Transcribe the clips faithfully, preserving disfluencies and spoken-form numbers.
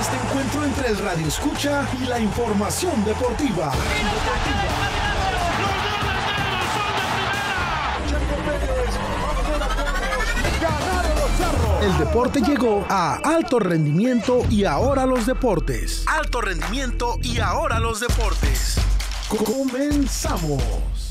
este encuentro entre el radio escucha y la información deportiva. El deporte llegó a Alto Rendimiento y ahora los deportes. Alto Rendimiento y ahora los deportes. Comenzamos.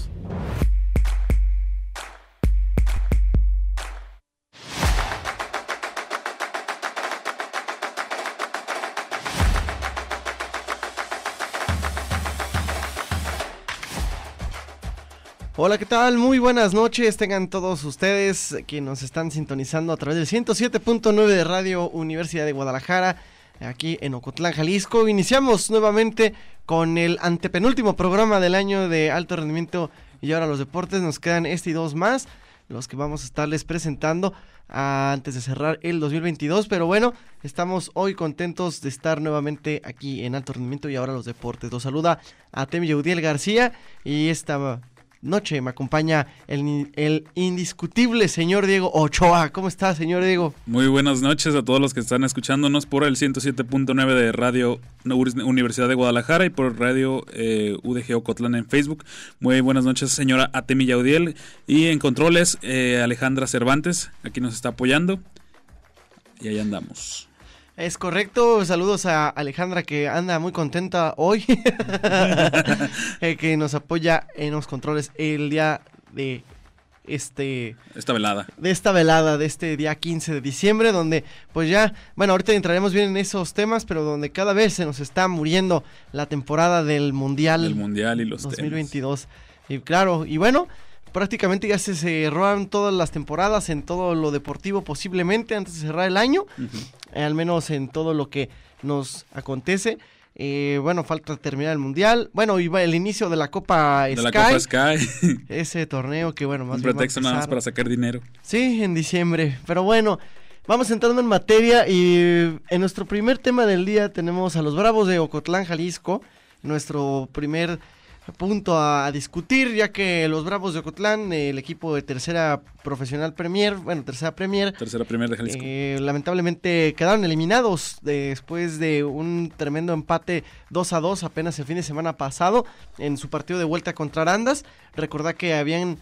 Hola, ¿qué tal? Muy buenas noches, tengan todos ustedes que nos están sintonizando a través del ciento siete punto nueve de Radio Universidad de Guadalajara, aquí en Ocotlán, Jalisco. Iniciamos nuevamente con el antepenúltimo programa del año de Alto Rendimiento y ahora los deportes. Nos quedan este y dos más, los que vamos a estarles presentando antes de cerrar el dos mil veintidós, pero bueno, estamos hoy contentos de estar nuevamente aquí en Alto Rendimiento y ahora los deportes. Los saluda Atem Yeudiel García y esta noche me acompaña el, el indiscutible señor Diego Ochoa. ¿Cómo está, señor Diego? Muy buenas noches a todos los que están escuchándonos por el ciento siete punto nueve de Radio Universidad de Guadalajara y por Radio eh, U D G Ocotlán en Facebook. Muy buenas noches, señora Atemi Yaudiel. Y en controles, eh, Alejandra Cervantes, aquí nos está apoyando. Y ahí andamos. Es correcto, saludos a Alejandra que anda muy contenta hoy, eh, que nos apoya en los controles el día de este... Esta velada. De esta velada, de este día quince de diciembre, donde pues ya, bueno, ahorita entraremos bien en esos temas, pero donde cada vez se nos está muriendo la temporada del Mundial. El Mundial y los dos mil veintidós. Temas. Y claro, y bueno, prácticamente ya se cerraron todas las temporadas en todo lo deportivo posiblemente antes de cerrar el año, uh-huh. eh, al menos en todo lo que nos acontece. Eh, bueno, falta terminar el Mundial, bueno, y el inicio de la Copa de Sky. La Copa Sky. Ese torneo que bueno, más un bien pretexto nada más para sacar dinero. Sí, en diciembre, pero bueno, vamos entrando en materia y en nuestro primer tema del día tenemos a los Bravos de Ocotlán, Jalisco, nuestro primer punto a, a discutir, ya que los Bravos de Ocotlán, el equipo de tercera profesional Premier, bueno, tercera Premier, tercera Premier de Jalisco, eh, lamentablemente quedaron eliminados después de un tremendo empate dos a dos apenas el fin de semana pasado en su partido de vuelta contra Arandas. Recordá que habían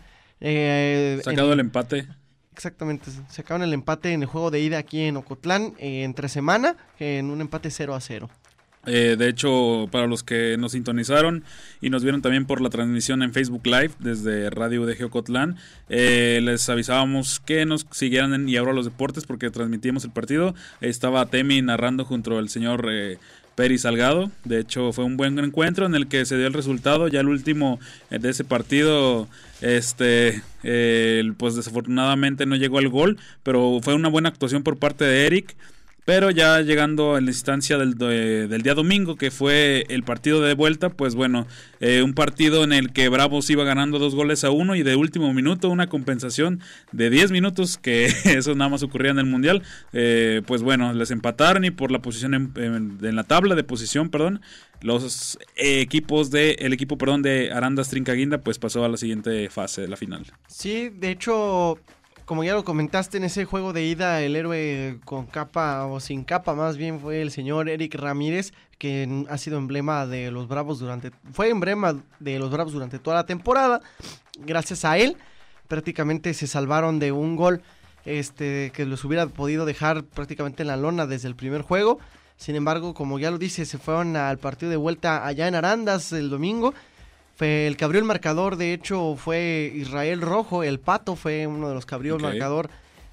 eh, sacado en, el empate. Exactamente, sacaron el empate en el juego de ida aquí en Ocotlán eh, entre semana, en un empate cero a cero. Eh, de hecho, para los que nos sintonizaron y nos vieron también por la transmisión en Facebook Live desde Radio U D G Ocotlán, eh, les avisábamos que nos siguieran en Y Ahora los Deportes porque transmitimos el partido. Estaba Temi narrando junto al señor eh, Peri Salgado. De hecho, fue un buen encuentro en el que se dio el resultado. Ya el último eh, de ese partido, este, eh, pues desafortunadamente no llegó al gol, pero fue una buena actuación por parte de Eric. Pero ya llegando a la instancia del, de, del día domingo, que fue el partido de vuelta, pues bueno, eh, un partido en el que Bravos iba ganando dos goles a uno y de último minuto una compensación de diez minutos, que eso nada más ocurría en el Mundial, eh, pues bueno, les empataron y por la posición en, en, en la tabla de posición, perdón, los eh, equipos de, el equipo, perdón, de Arandas Trincaguinda, pues pasó a la siguiente fase de la final. Sí, de hecho, como ya lo comentaste, en ese juego de ida, el héroe con capa o sin capa más bien fue el señor Eric Ramírez, que ha sido emblema de los Bravos durante, fue emblema de los Bravos durante toda la temporada. Gracias a él, prácticamente se salvaron de un gol este, que los hubiera podido dejar prácticamente en la lona desde el primer juego. Sin embargo, como ya lo dice, se fueron al partido de vuelta allá en Arandas el domingo. El que abrió el marcador, de hecho, fue Israel Rojo, el Pato fue uno de los que abrió okay. el marcador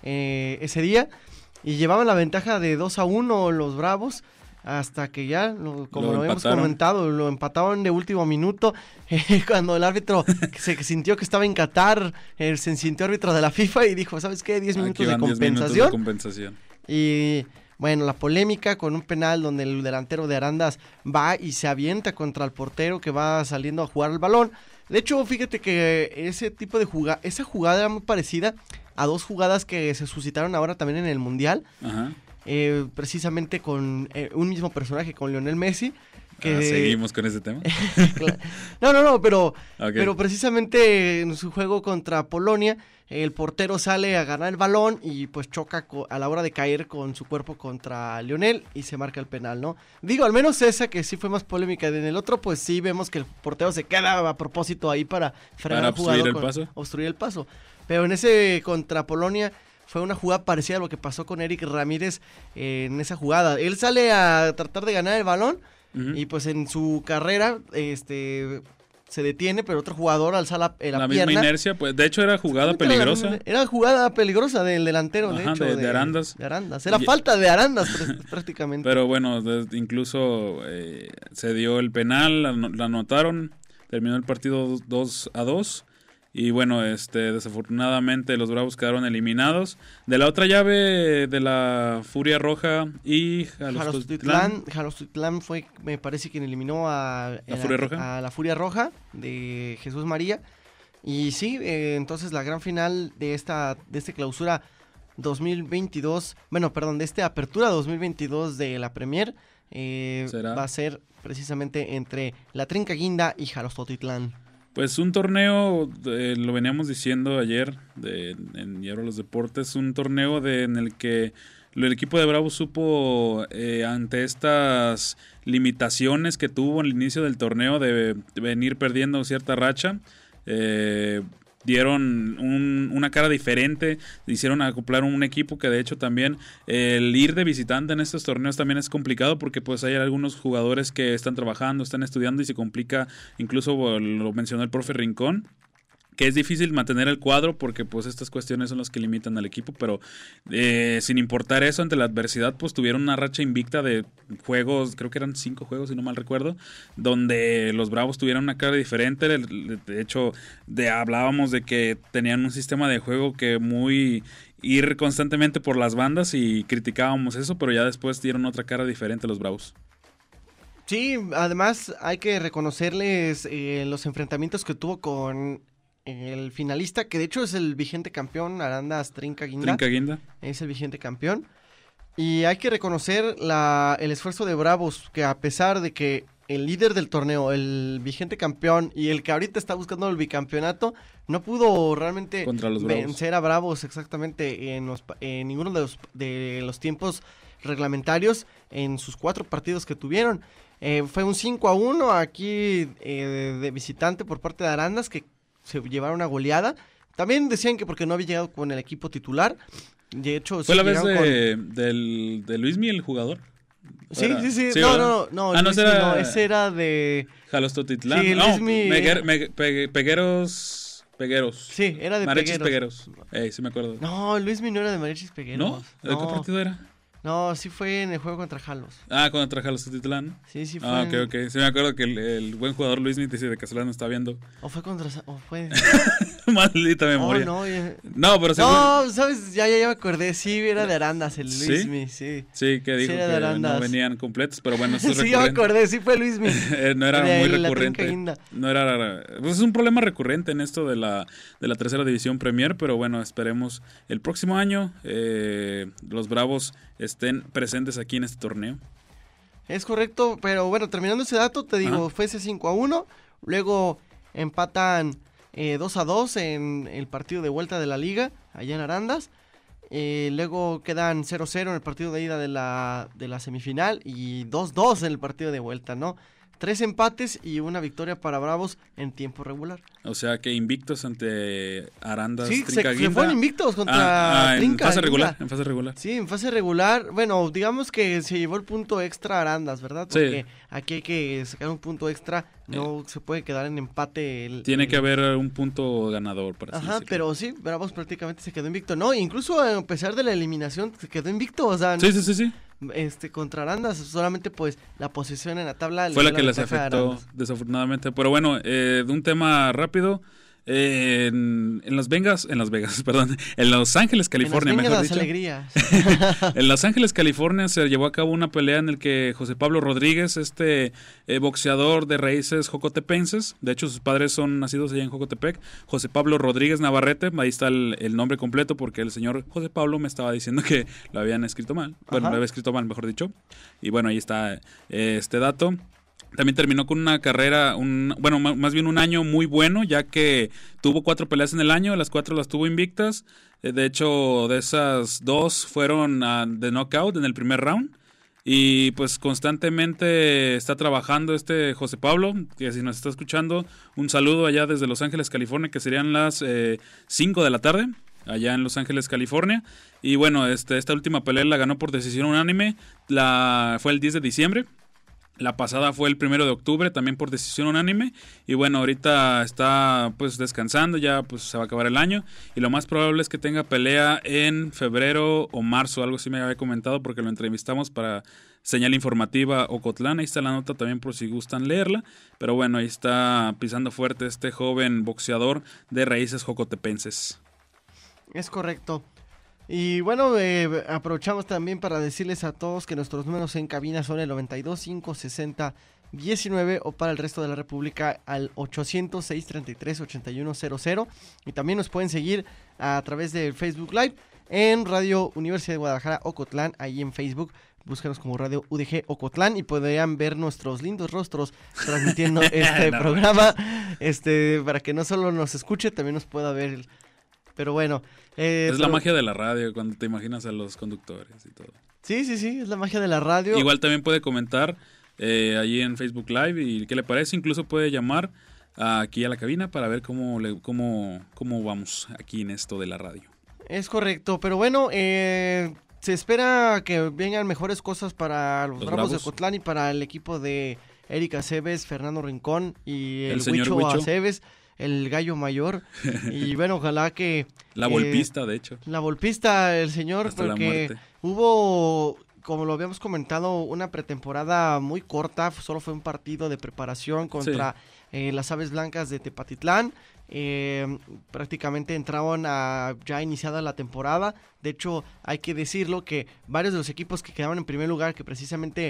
eh, ese día, y llevaban la ventaja de dos a uno los Bravos, hasta que ya, lo, como lo, lo hemos comentado, lo empataron de último minuto, eh, cuando el árbitro se sintió que estaba en Qatar, eh, se sintió árbitro de la FIFA y dijo, ¿sabes qué? diez minutos de compensación. diez minutos de compensación. Y bueno, la polémica con un penal donde el delantero de Arandas va y se avienta contra el portero que va saliendo a jugar el balón. De hecho, fíjate que ese tipo de jugada, esa jugada era muy parecida a dos jugadas que se suscitaron ahora también en el Mundial. Ajá. Eh, precisamente con eh, un mismo personaje, con Lionel Messi. Que... Ah, ¿seguimos con ese tema? no, no, no, pero, okay. pero precisamente en su juego contra Polonia, el portero sale a ganar el balón y pues choca co- a la hora de caer con su cuerpo contra Lionel y se marca el penal, ¿no? Digo, al menos esa que sí fue más polémica. En el otro pues sí vemos que el portero se queda a propósito ahí para frenar Para al jugador, obstruir el con- paso. obstruir el paso. Pero en ese contra Polonia fue una jugada parecida a lo que pasó con Eric Ramírez eh, en esa jugada. Él sale a tratar de ganar el balón Ujú. y pues en su carrera este se detiene, pero otro jugador alza la, eh, la La pierna. misma inercia, pues de hecho era jugada Exactamente, era la peligrosa. misma- Era jugada peligrosa del delantero, de Ajá, hecho. de- de Arandas. de Arandas. Era Y- falta de Arandas pr- prácticamente. Pero bueno, de- incluso eh, se dio el penal, la, ano- la anotaron, terminó el partido dos a dos. Y bueno, este desafortunadamente los Bravos quedaron eliminados. De la otra llave de la Furia Roja y Jalostotitlán. Jalostotitlán, Jalostotitlán fue, me parece, quien eliminó a ¿La Furia Roja? a la Furia Roja de Jesús María. Y sí, eh, entonces la gran final de esta de este clausura dos mil veintidós, bueno, perdón, de esta apertura dos mil veintidós de la Premier, eh, ¿Será? va a ser precisamente entre la Trinca Guinda y Jalostotitlán. Pues un torneo, eh, lo veníamos diciendo ayer de, en Diario de los Deportes, un torneo de, en el que el equipo de Bravos supo, eh, ante estas limitaciones que tuvo al inicio del torneo de, de venir perdiendo cierta racha, eh, dieron un, una cara diferente, hicieron acoplar un equipo que de hecho también eh, el ir de visitante en estos torneos también es complicado porque pues hay algunos jugadores que están trabajando, están estudiando y se complica, incluso lo mencionó el profe Rincón, que es difícil mantener el cuadro porque pues estas cuestiones son las que limitan al equipo, pero eh, sin importar eso, ante la adversidad pues tuvieron una racha invicta de juegos, creo que eran cinco juegos si no mal recuerdo, donde los Bravos tuvieron una cara diferente. De hecho, de, hablábamos de que tenían un sistema de juego que muy ir constantemente por las bandas y criticábamos eso, pero ya después dieron otra cara diferente a los Bravos. Sí, además hay que reconocerles eh, los enfrentamientos que tuvo con el finalista, que de hecho es el vigente campeón, Arandas Trinca Guinda. Trinca Guinda. Es el vigente campeón. Y hay que reconocer la, el esfuerzo de Bravos, que a pesar de que el líder del torneo, el vigente campeón y el que ahorita está buscando el bicampeonato, no pudo realmente Contra los Bravos. vencer a Bravos exactamente en, los, en ninguno de los, de los tiempos reglamentarios en sus cuatro partidos que tuvieron. Eh, fue un cinco a uno aquí eh, de, de visitante por parte de Arandas, que se llevaron una goleada. También decían que porque no había llegado con el equipo titular. De hecho, ¿Fue sí la vez llegaron de, con... del, de Luismi, el jugador? Sí, Era- sí, sí, sí, no, ¿verdad? no, no, Ah, no, Luismi ese era- no, ese era de... Jalostotitlán. Sí, no, Luismi- Meguer- Meg- Pegue- Pegueros. Pegueros. Sí, era de Mariachis Pegueros. Pegueros. Ey, sí me acuerdo. No, Luismi no era de Mariachis Pegueros. ¿No? ¿De qué No, partido era? no, sí fue en el juego contra Jalos. Ah, contra Jalostotitlán. Sí, sí fue. Ah, en- ok, ok. Sí me acuerdo que el, el buen jugador Luismi dice de Castellano está viendo. O fue contra... Sa- O fue... Maldita Oh, memoria. no, ya- No, pero seguro- no, sabes, ya, ya, ya me acordé. Sí, era de Arandas, el ¿Sí? Luismi, sí. Sí, que dijo Sí, era de que no Arandas. venían completos, pero bueno, eso es Sí, ya me recurrente. acordé, sí fue Luismi. Eh, no era De muy la recurrente. Trinca Guinda. No era, pues es un problema recurrente en esto de la, de la tercera división Premier, pero bueno, esperemos el próximo año eh, los Bravos estén presentes aquí en este torneo. Es correcto, pero bueno, terminando ese dato, te digo, Ajá. fue ese cinco a uno, luego empatan eh, dos a dos en el partido de vuelta de la liga, allá en Arandas, eh, luego quedan cero cero en el partido de ida de la, de la semifinal y dos dos en el partido de vuelta, ¿no? Tres empates y una victoria para Bravos en tiempo regular. O sea que invictos ante Arandas, Sí, se, Trinca se Guinda. fueron invictos contra Ah, ah, en Trinca fase Guinda. regular, en fase regular. Sí, en fase regular, bueno, digamos que se llevó el punto extra Arandas, ¿verdad? Sí. Porque aquí hay que sacar un punto extra, no se puede quedar en empate. El, Tiene el- que haber un punto ganador para así Ajá, decirlo. pero sí, Bravos prácticamente se quedó invicto, ¿no? Incluso a pesar de la eliminación se quedó invicto, o sea, Sí, sí, sí, sí. este contra Arandas, solamente pues la posición en la tabla le Fue la dio que les ventaja a afectó, Arandas. desafortunadamente. Pero bueno, eh, de un tema rápido. eh, en, en Las Vegas, en Las Vegas, perdón, en Los Ángeles, California, En las mejor las dicho. alegrías. En Los Ángeles, California, se llevó a cabo una pelea en el que José Pablo Rodríguez, este eh, boxeador de raíces jocotepenses, de hecho sus padres son nacidos allá en Jocotepec, José Pablo Rodríguez Navarrete, ahí está el, el nombre completo porque el señor José Pablo me estaba diciendo que lo habían escrito mal, bueno, Ajá. lo había escrito mal, mejor dicho, y bueno, ahí está eh, este dato. También terminó con una carrera, un, bueno, m- más bien un año muy bueno, ya que tuvo cuatro peleas en el año, las cuatro las tuvo invictas. Eh, de hecho, de esas dos fueron uh, de knockout en el primer round. Y pues constantemente está trabajando este José Pablo, que si nos está escuchando, un saludo allá desde Los Ángeles, California, que serían las eh, cinco de la tarde, allá en Los Ángeles, California. Y bueno, este, esta última pelea la ganó por decisión unánime, la, fue el diez de diciembre. La pasada fue el primero de octubre, también por decisión unánime. Y bueno, ahorita está pues descansando, ya pues se va a acabar el año. Y lo más probable es que tenga pelea en febrero o marzo, algo así me había comentado porque lo entrevistamos para Señal Informativa Ocotlán. Ahí está la nota también por si gustan leerla. Pero bueno, ahí está pisando fuerte este joven boxeador de raíces jocotepenses. Es correcto. Y bueno, eh, aprovechamos también para decirles a todos que nuestros números en cabina son el noventa y dos, cinco sesenta, diecinueve o para el resto de la República al ochocientos, seiscientos treinta y tres, ochenta y uno cero cero. Y también nos pueden seguir a través de Facebook Live en Radio Universidad de Guadalajara Ocotlán, ahí en Facebook. Búscanos como Radio U D G Ocotlán y podrían ver nuestros lindos rostros transmitiendo este no. programa, este para que no solo nos escuche, también nos pueda ver el... Pero bueno. Eh, es pero... la magia de la radio, cuando te imaginas a los conductores y todo. Sí, sí, sí, es la magia de la radio. Igual también puede comentar eh, allí en Facebook Live y qué le parece. Incluso puede llamar aquí a la cabina para ver cómo, le, cómo, cómo vamos aquí en esto de la radio. Es correcto, pero bueno, eh, se espera que vengan mejores cosas para los, los Bravos, Bravos de Ocotlán y para el equipo de Eric Aceves, Fernando Rincón y el, el Huicho, Huicho Aceves. El gallo mayor, y bueno, ojalá que... La volpista, eh, de hecho. La volpista, el señor, hasta porque hubo, como lo habíamos comentado, una pretemporada muy corta, solo fue un partido de preparación contra sí. eh, las Aves Blancas de Tepatitlán, eh, prácticamente entraron a ya iniciada la temporada, de hecho hay que decirlo que varios de los equipos que quedaban en primer lugar, que precisamente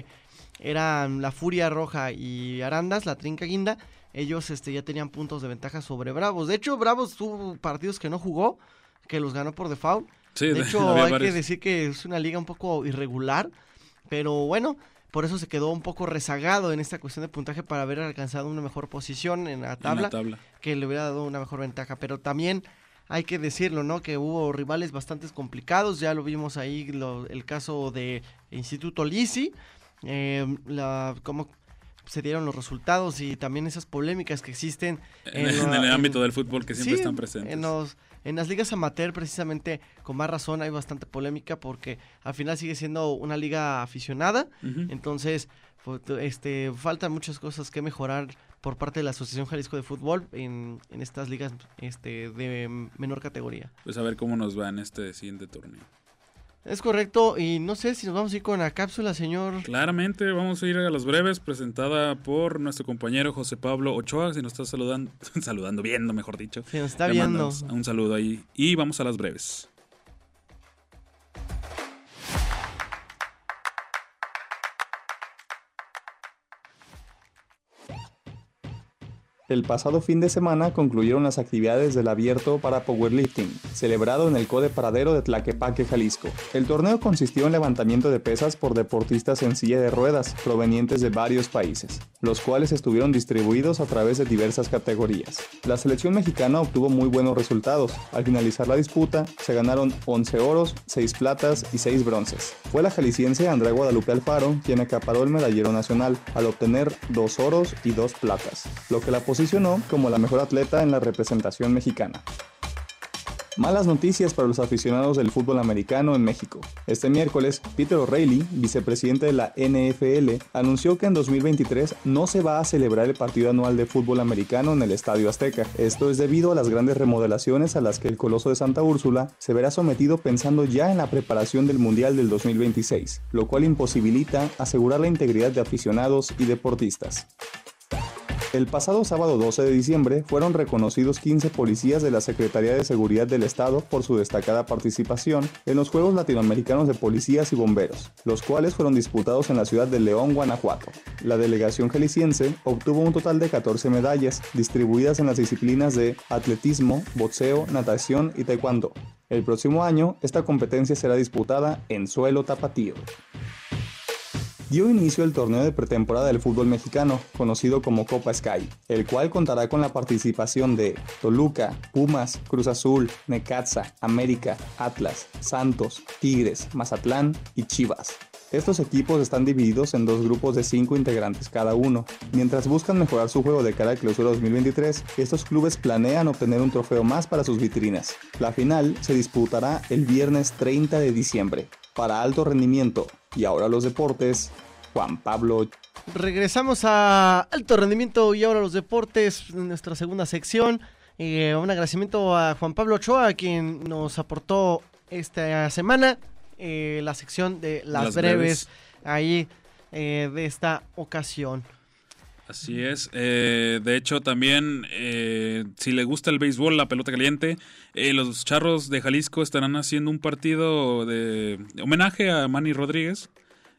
eran la Furia Roja y Arandas, la Trinca Guinda, ellos este, ya tenían puntos de ventaja sobre Bravos. De hecho, Bravos tuvo partidos que no jugó, que los ganó por default. Sí, de hecho, hay varios. que decir que es una liga un poco irregular, pero bueno, por eso se quedó un poco rezagado en esta cuestión de puntaje para haber alcanzado una mejor posición en la tabla, en la tabla. que le hubiera dado una mejor ventaja. Pero también hay que decirlo, ¿no? Que hubo rivales bastante complicados, ya lo vimos ahí, lo, el caso de Instituto Lisi, eh, la como se dieron los resultados y también esas polémicas que existen en, en, en el en, ámbito del fútbol que siempre sí, están presentes. En, los, en las ligas amateur precisamente con más razón hay bastante polémica porque al final sigue siendo una liga aficionada, uh-huh. entonces pues, este, faltan muchas cosas que mejorar por parte de la Asociación Jalisco de Fútbol en, en estas ligas este, de menor categoría. Pues a ver cómo nos va en este siguiente torneo. Es correcto, y no sé si nos vamos a ir con la cápsula, señor. Claramente, vamos a ir a las breves, presentada por nuestro compañero José Pablo Ochoa, si nos está saludando, saludando, viendo, mejor dicho. Se nos está viendo. Un saludo ahí, y vamos a las breves. El pasado fin de semana concluyeron las actividades del Abierto para Powerlifting, celebrado en el Code Paradero de Tlaquepaque, Jalisco. El torneo consistió en levantamiento de pesas por deportistas en silla de ruedas, provenientes de varios países, los cuales estuvieron distribuidos a través de diversas categorías. La selección mexicana obtuvo muy buenos resultados. Al finalizar la disputa, se ganaron once oros, seis platas y seis bronces. Fue la jalisciense Andrea Guadalupe Alfaro quien acaparó el medallero nacional, al obtener dos oros y dos platas, lo que la posicionó como la mejor atleta en la representación mexicana. Malas noticias para los aficionados del fútbol americano en México. Este miércoles, Peter O'Reilly, vicepresidente de la N F L, anunció que en dos mil veintitrés no se va a celebrar el partido anual de fútbol americano en el Estadio Azteca. Esto es debido a las grandes remodelaciones a las que el Coloso de Santa Úrsula se verá sometido pensando ya en la preparación del Mundial del dos mil veintiséis, lo cual imposibilita asegurar la integridad de aficionados y deportistas. El pasado sábado doce de diciembre fueron reconocidos quince policías de la Secretaría de Seguridad del Estado por su destacada participación en los Juegos Latinoamericanos de Policías y Bomberos, los cuales fueron disputados en la ciudad de León, Guanajuato. La delegación jalisciense obtuvo un total de catorce medallas, distribuidas en las disciplinas de atletismo, boxeo, natación y taekwondo. El próximo año, esta competencia será disputada en suelo tapatío. dio inicio el torneo de pretemporada del fútbol mexicano, conocido como Copa Sky, el cual contará con la participación de Toluca, Pumas, Cruz Azul, Necaxa, América, Atlas, Santos, Tigres, Mazatlán y Chivas. Estos equipos están divididos en dos grupos de cinco integrantes cada uno. Mientras buscan mejorar su juego de cara al Clausura dos mil veintitrés, estos clubes planean obtener un trofeo más para sus vitrinas. La final se disputará el viernes treinta de diciembre. Para Alto Rendimiento y Ahora los Deportes, Juan Pablo. Regresamos a Alto Rendimiento y Ahora los Deportes, nuestra segunda sección. Eh, un agradecimiento a Juan Pablo Ochoa, quien nos aportó esta semana eh, la sección de las, las breves, breves ahí eh, de esta ocasión. Así es, eh, de hecho también eh, si le gusta el béisbol, la pelota caliente, eh, los Charros de Jalisco estarán haciendo un partido de homenaje a Manny Rodríguez,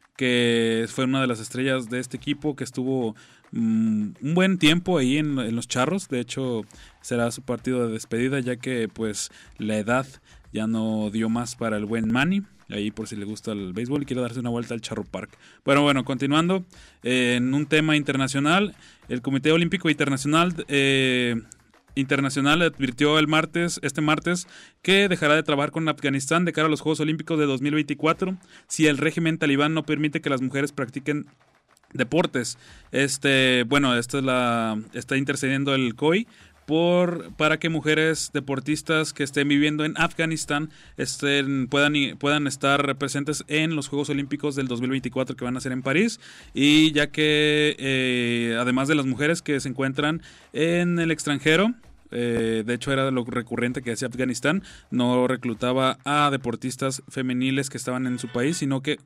que fue una de las estrellas de este equipo que estuvo um, un buen tiempo ahí en, en los Charros. De hecho será su partido de despedida, ya que pues la edad ya no dio más para el buen Manny. Ahí por si le gusta el béisbol y quiere darse una vuelta al Charro Park. Bueno, bueno, continuando, eh, en un tema internacional, el Comité Olímpico Internacional eh, Internacional advirtió el martes, este martes, que dejará de trabajar con Afganistán de cara a los Juegos Olímpicos de dos mil veinticuatro si el régimen talibán no permite que las mujeres practiquen deportes. Este, bueno, esto es la, está intercediendo el C O I Por, para que mujeres deportistas que estén viviendo en Afganistán estén, puedan, puedan estar presentes en los Juegos Olímpicos del dos mil veinticuatro que van a ser en París, y ya que eh, además de las mujeres que se encuentran en el extranjero, eh, de hecho era lo recurrente que hacía Afganistán, no reclutaba a deportistas femeniles que estaban en su país, sino que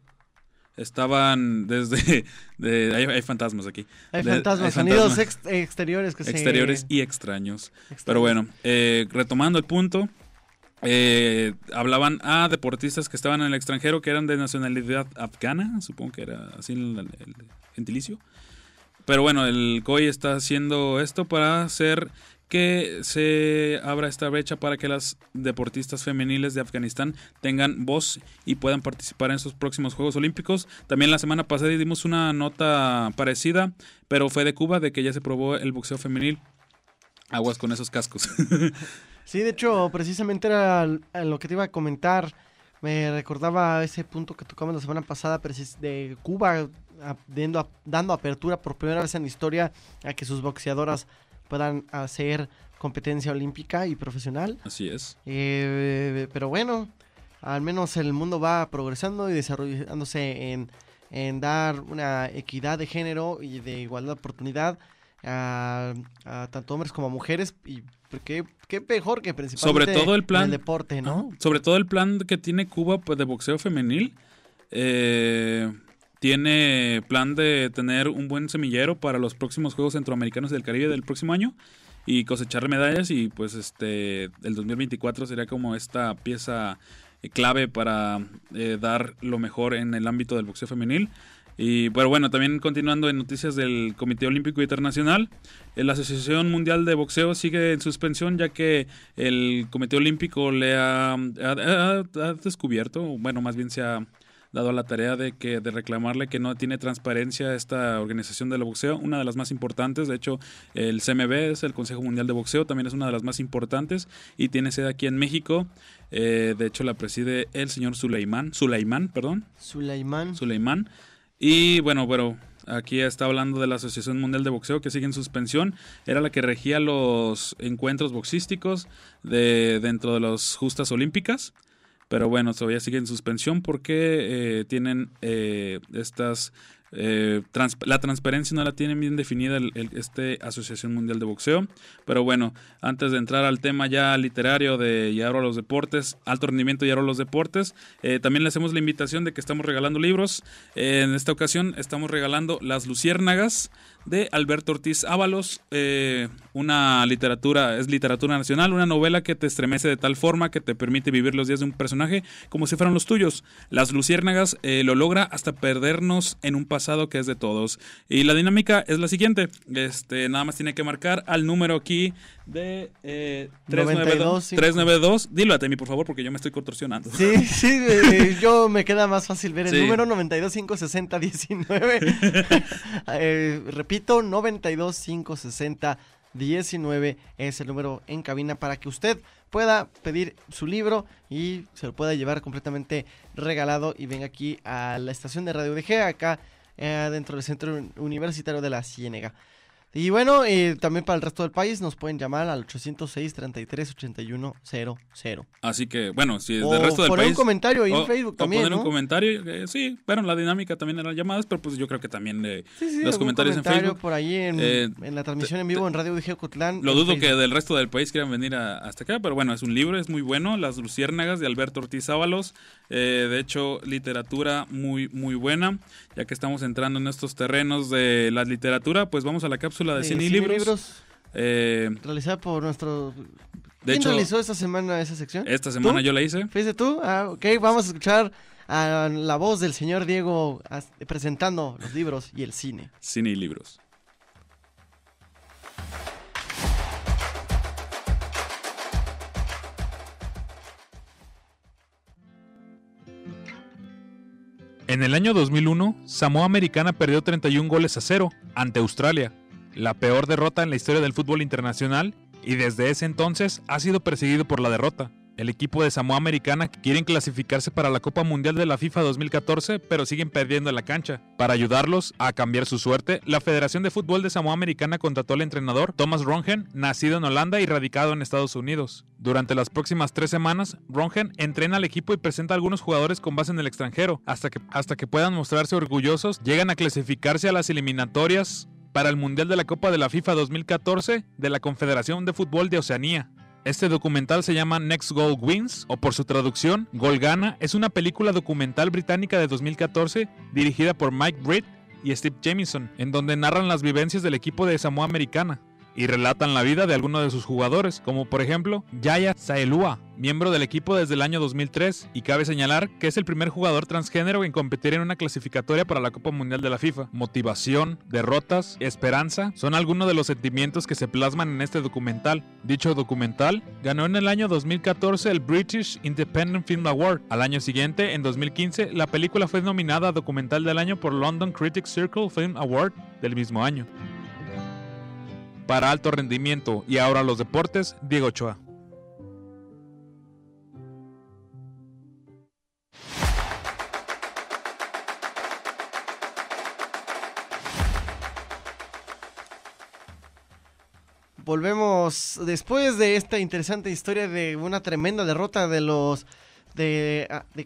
estaban desde... De, hay, hay fantasmas aquí. Hay fantasmas, de, hay sonidos fantasmas ex, exteriores. Que exteriores se... y extraños. extraños. Pero bueno, eh, retomando el punto, eh, hablaban a deportistas que estaban en el extranjero, que eran de nacionalidad afgana, supongo que era así el, el, el gentilicio. Pero bueno, el C O I está haciendo esto para hacer que se abra esta brecha para que las deportistas femeniles de Afganistán tengan voz y puedan participar en sus próximos Juegos Olímpicos. También la semana pasada dimos una nota parecida, pero fue de Cuba, de que ya se probó el boxeo femenil. Aguas con esos cascos. Sí, de hecho, precisamente era lo que te iba a comentar. Me recordaba ese punto que tocamos la semana pasada de Cuba, dando, dando apertura por primera vez en la historia a que sus boxeadoras puedan hacer competencia olímpica y profesional. Así es. Eh, pero bueno, al menos el mundo va progresando y desarrollándose en, en dar una equidad de género y de igualdad de oportunidad a, a tanto hombres como mujeres, y qué, qué mejor que principalmente sobre todo el plan, en el deporte, ¿no? Sobre todo el plan que tiene Cuba, pues, de boxeo femenil. Eh... Tiene plan de tener un buen semillero para los próximos Juegos Centroamericanos del Caribe del próximo año y cosechar medallas, y pues este el dos mil veinticuatro sería como esta pieza clave para eh, dar lo mejor en el ámbito del boxeo femenil. Y pero bueno, también continuando en noticias del Comité Olímpico Internacional, la Asociación Mundial de Boxeo sigue en suspensión, ya que el Comité Olímpico le ha, ha, ha, ha descubierto, bueno, más bien se ha dado a la tarea de que de reclamarle que no tiene transparencia esta organización del boxeo, una de las más importantes. De hecho, el C M B es el Consejo Mundial de Boxeo, también es una de las más importantes y tiene sede aquí en México. Eh, de hecho, la preside el señor Suleimán, Suleimán, perdón. Suleimán. Suleimán. Y bueno, bueno, aquí está hablando de la Asociación Mundial de Boxeo, que sigue en suspensión. Era la que regía los encuentros boxísticos de dentro de las justas olímpicas. Pero bueno, todavía sigue en suspensión porque eh, tienen eh, estas... Eh, trans, la transparencia no la tienen bien definida el, el, este Asociación Mundial de Boxeo. Pero bueno, antes de entrar al tema ya literario de Y ahora los deportes, alto rendimiento y ahora los deportes, eh, también le hacemos la invitación de que estamos regalando libros. Eh, en esta ocasión estamos regalando Las Luciérnagas de Alberto Ortiz Ábalos, eh, una literatura, es literatura nacional, una novela que te estremece de tal forma que te permite vivir los días de un personaje como si fueran los tuyos. Las Luciérnagas eh, lo logra hasta perdernos en un pasado que es de todos. Y la dinámica es la siguiente, este, nada más tiene que marcar al número aquí de eh, trescientos noventa y dos. Dilo a Temi, por favor, porque yo me estoy contorsionando. Sí, sí, eh, yo me queda más fácil ver el Sí. número noventa y dos, cinco sesenta, diecinueve. eh, repito, noventa y dos, cinco sesenta, diecinueve es el número en cabina para que usted pueda pedir su libro y se lo pueda llevar completamente regalado y venga aquí a la estación de Radio U D G, acá eh, dentro del Centro Universitario de la Ciénega. Y bueno, eh, también para el resto del país nos pueden llamar al ochocientos seis, treinta y tres, ochenta y uno cero cero. Así que, bueno, si es O del resto del poner país... un comentario ahí o, en Facebook o también, poner ¿no? un comentario, eh, sí, bueno, la dinámica también eran llamadas, pero pues yo creo que también eh, Sí, sí, los algún comentarios en comentario Facebook. por ahí en, Eh, en la transmisión te- en vivo te- en Radio U D G Ocotlán. Lo en dudo que Facebook. del resto del país quieran venir a- hasta acá, pero bueno, es un libro, es muy bueno, Las Luciérnagas de Alberto Ortiz Ábalos. Eh, de hecho, literatura muy, muy buena. Ya que estamos entrando en estos terrenos de la literatura, pues vamos a la cápsula de Eh, cine y Cine y libros. libros, Eh, realizada por nuestro... de ¿Quién hecho, realizó esta semana esa sección? esta semana ¿Tú? yo la hice. ¿Fuiste tú? Ah, ok, vamos a escuchar a la voz del señor Diego as- presentando los libros y el cine. Cine y libros. En el año dos mil uno, Samoa Americana perdió treinta y un goles a cero ante Australia, la peor derrota en la historia del fútbol internacional, y desde ese entonces ha sido perseguido por la derrota. El equipo de Samoa Americana quieren clasificarse para la Copa Mundial de la FIFA dos mil catorce, pero siguen perdiendo en la cancha. Para ayudarlos a cambiar su suerte, la Federación de Fútbol de Samoa Americana contrató al entrenador Thomas Rongen, nacido en Holanda y radicado en Estados Unidos. Durante las próximas tres semanas, Rongen entrena al equipo y presenta a algunos jugadores con base en el extranjero. Hasta que, hasta que puedan mostrarse orgullosos, llegan a clasificarse a las eliminatorias para el Mundial de la Copa de la FIFA dos mil catorce de la Confederación de Fútbol de Oceanía. Este documental se llama Next Goal Wins, o por su traducción, Gol Gana. Es una película documental británica de dos mil catorce dirigida por Mike Britt y Steve Jamieson, en donde narran las vivencias del equipo de Samoa Americana y relatan la vida de algunos de sus jugadores, como por ejemplo Yaya Saelua, miembro del equipo desde el año dos mil tres, y cabe señalar que es el primer jugador transgénero en competir en una clasificatoria para la Copa Mundial de la FIFA. Motivación, derrotas, esperanza son algunos de los sentimientos que se plasman en este documental. Dicho documental ganó en el año dos mil catorce el British Independent Film Award. Al año siguiente, en dos mil quince, la película fue nominada a Documental del Año por London Critics Circle Film Award del mismo año. Para Alto Rendimiento y ahora los deportes, Diego Ochoa. Volvemos después de esta interesante historia de una tremenda derrota de los de ah, de,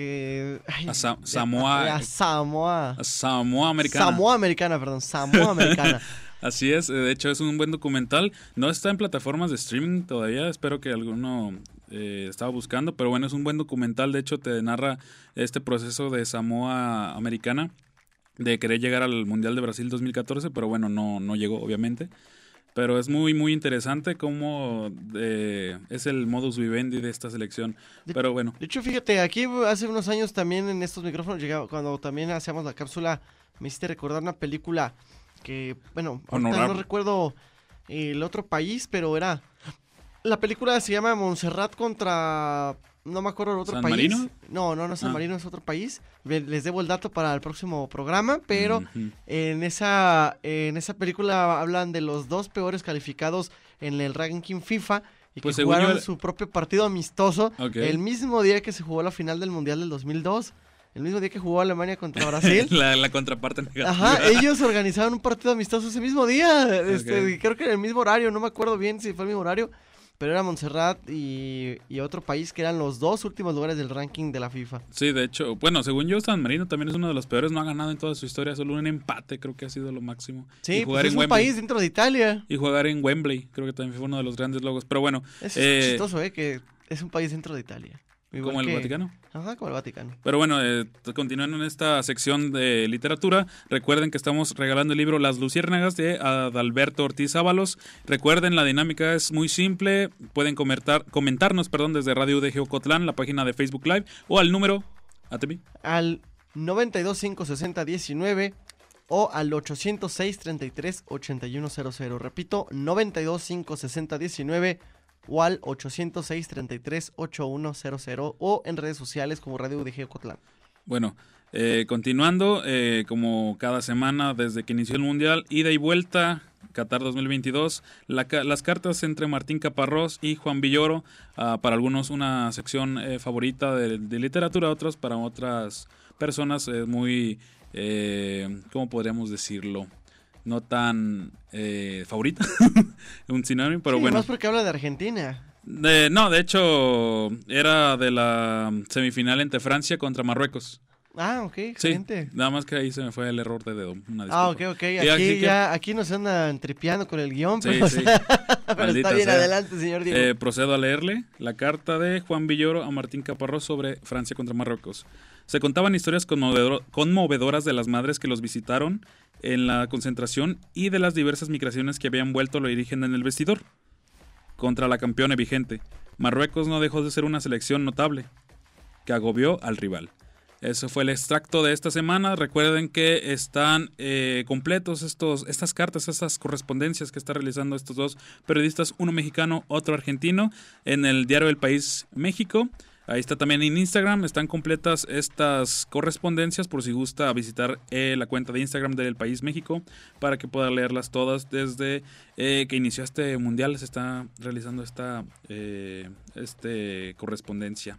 de, ay, A Sa- de- Samoa- de- a Samoa Samoa Americana. Samoa Americana, perdón, Samoa Americana. Así es, eh, de hecho es un buen documental. No está en plataformas de streaming todavía, espero que alguno eh, estaba buscando, pero bueno, es un buen documental. De hecho te narra este proceso de Samoa Americana de querer llegar al Mundial de Brasil dos mil catorce, pero bueno, no, no llegó obviamente. Pero es muy, muy interesante cómo eh, es el modus vivendi de esta selección. De- Pero bueno, De hecho, fíjate, aquí hace unos años también en estos micrófonos llegaba, cuando también hacíamos la cápsula, me hiciste recordar una película que, bueno, ahorita Honorable. no recuerdo el otro país, pero era... La película se llama Montserrat contra... No me acuerdo el otro ¿San país. Marino? No, no, no, San Ah. Marino es otro país. Le- Les debo el dato para el próximo programa, pero ujú. en esa en esa película hablan de los dos peores calificados en el ranking FIFA y Pues que según jugaron yo- su propio partido amistoso Ok. el mismo día que se jugó la final del Mundial del dos mil dos, el mismo día que jugó Alemania contra Brasil. la, la contraparte negativa. Ajá, ellos organizaron un partido amistoso ese mismo día, este, Ok. y creo que en el mismo horario, no me acuerdo bien si fue el mismo horario, pero era Montserrat y, y otro país que eran los dos últimos lugares del ranking de la FIFA. Sí, de hecho, bueno, según yo, San Marino también es uno de los peores, no ha ganado en toda su historia, solo un empate creo que ha sido lo máximo. Sí, y pues jugar es en un Wembley. país dentro de Italia. Y jugar en Wembley, creo que también fue uno de los grandes logos. Pero bueno, Es eh, chistoso, ¿eh? Que es un país dentro de Italia. Igual como el que- Vaticano. Ajá, como el Vaticano. Pero bueno, eh, t- continuando en esta sección de literatura, recuerden que estamos regalando el libro Las Luciérnagas de Adalberto Ortiz Ábalos. Recuerden, la dinámica es muy simple. Pueden comentar, comentarnos perdón, desde Radio U D G Ocotlán, la página de Facebook Live, o al número... ¿A ti? Al noventa y dos, cinco sesenta, diecinueve o al ochocientos seis, treinta y tres, ochenta y uno cero cero. Repito, noventa y dos, cinco sesenta, diecinueve o al ochocientos seis, treinta y tres, ochenta y uno cero cero o en redes sociales como Radio U D G Ocotlán. Bueno, eh, continuando, eh, como cada semana desde que inició el Mundial, ida y vuelta, Qatar dos mil veintidós, la, las cartas entre Martín Caparrós y Juan Villoro, uh, para algunos una sección eh, favorita de, de literatura, otros para otras personas eh, muy, eh, ¿cómo podríamos decirlo? No tan eh, favorita, un sinónimo, pero sí, bueno. Más porque habla de Argentina. De, no, de hecho, era de la semifinal entre Francia contra Marruecos. Ah, ok, excelente. Sí, nada más que ahí se me fue el error de dedo. Una ah, ok, ok. Aquí, aquí, ya, que... aquí nos andan tripeando con el guión, pero, sí, sí. pero está bien, sea. Adelante, señor Diego. Eh, procedo a leerle la carta de Juan Villoro a Martín Caparrós sobre Francia contra Marruecos. Se contaban historias conmovedor, conmovedoras de las madres que los visitaron en la concentración y de las diversas migraciones que habían vuelto el origen en el vestidor. Contra la campeona vigente, Marruecos no dejó de ser una selección notable, que agobió al rival. Ese fue el extracto de esta semana. Recuerden que están eh, completos estos, estas cartas, estas correspondencias que están realizando estos dos periodistas, uno mexicano, otro argentino, en el diario El País México. Ahí está también en Instagram, están completas estas correspondencias por si gusta visitar eh, la cuenta de Instagram del País México para que pueda leerlas todas desde eh, que inició este mundial. Se está realizando esta eh, este correspondencia.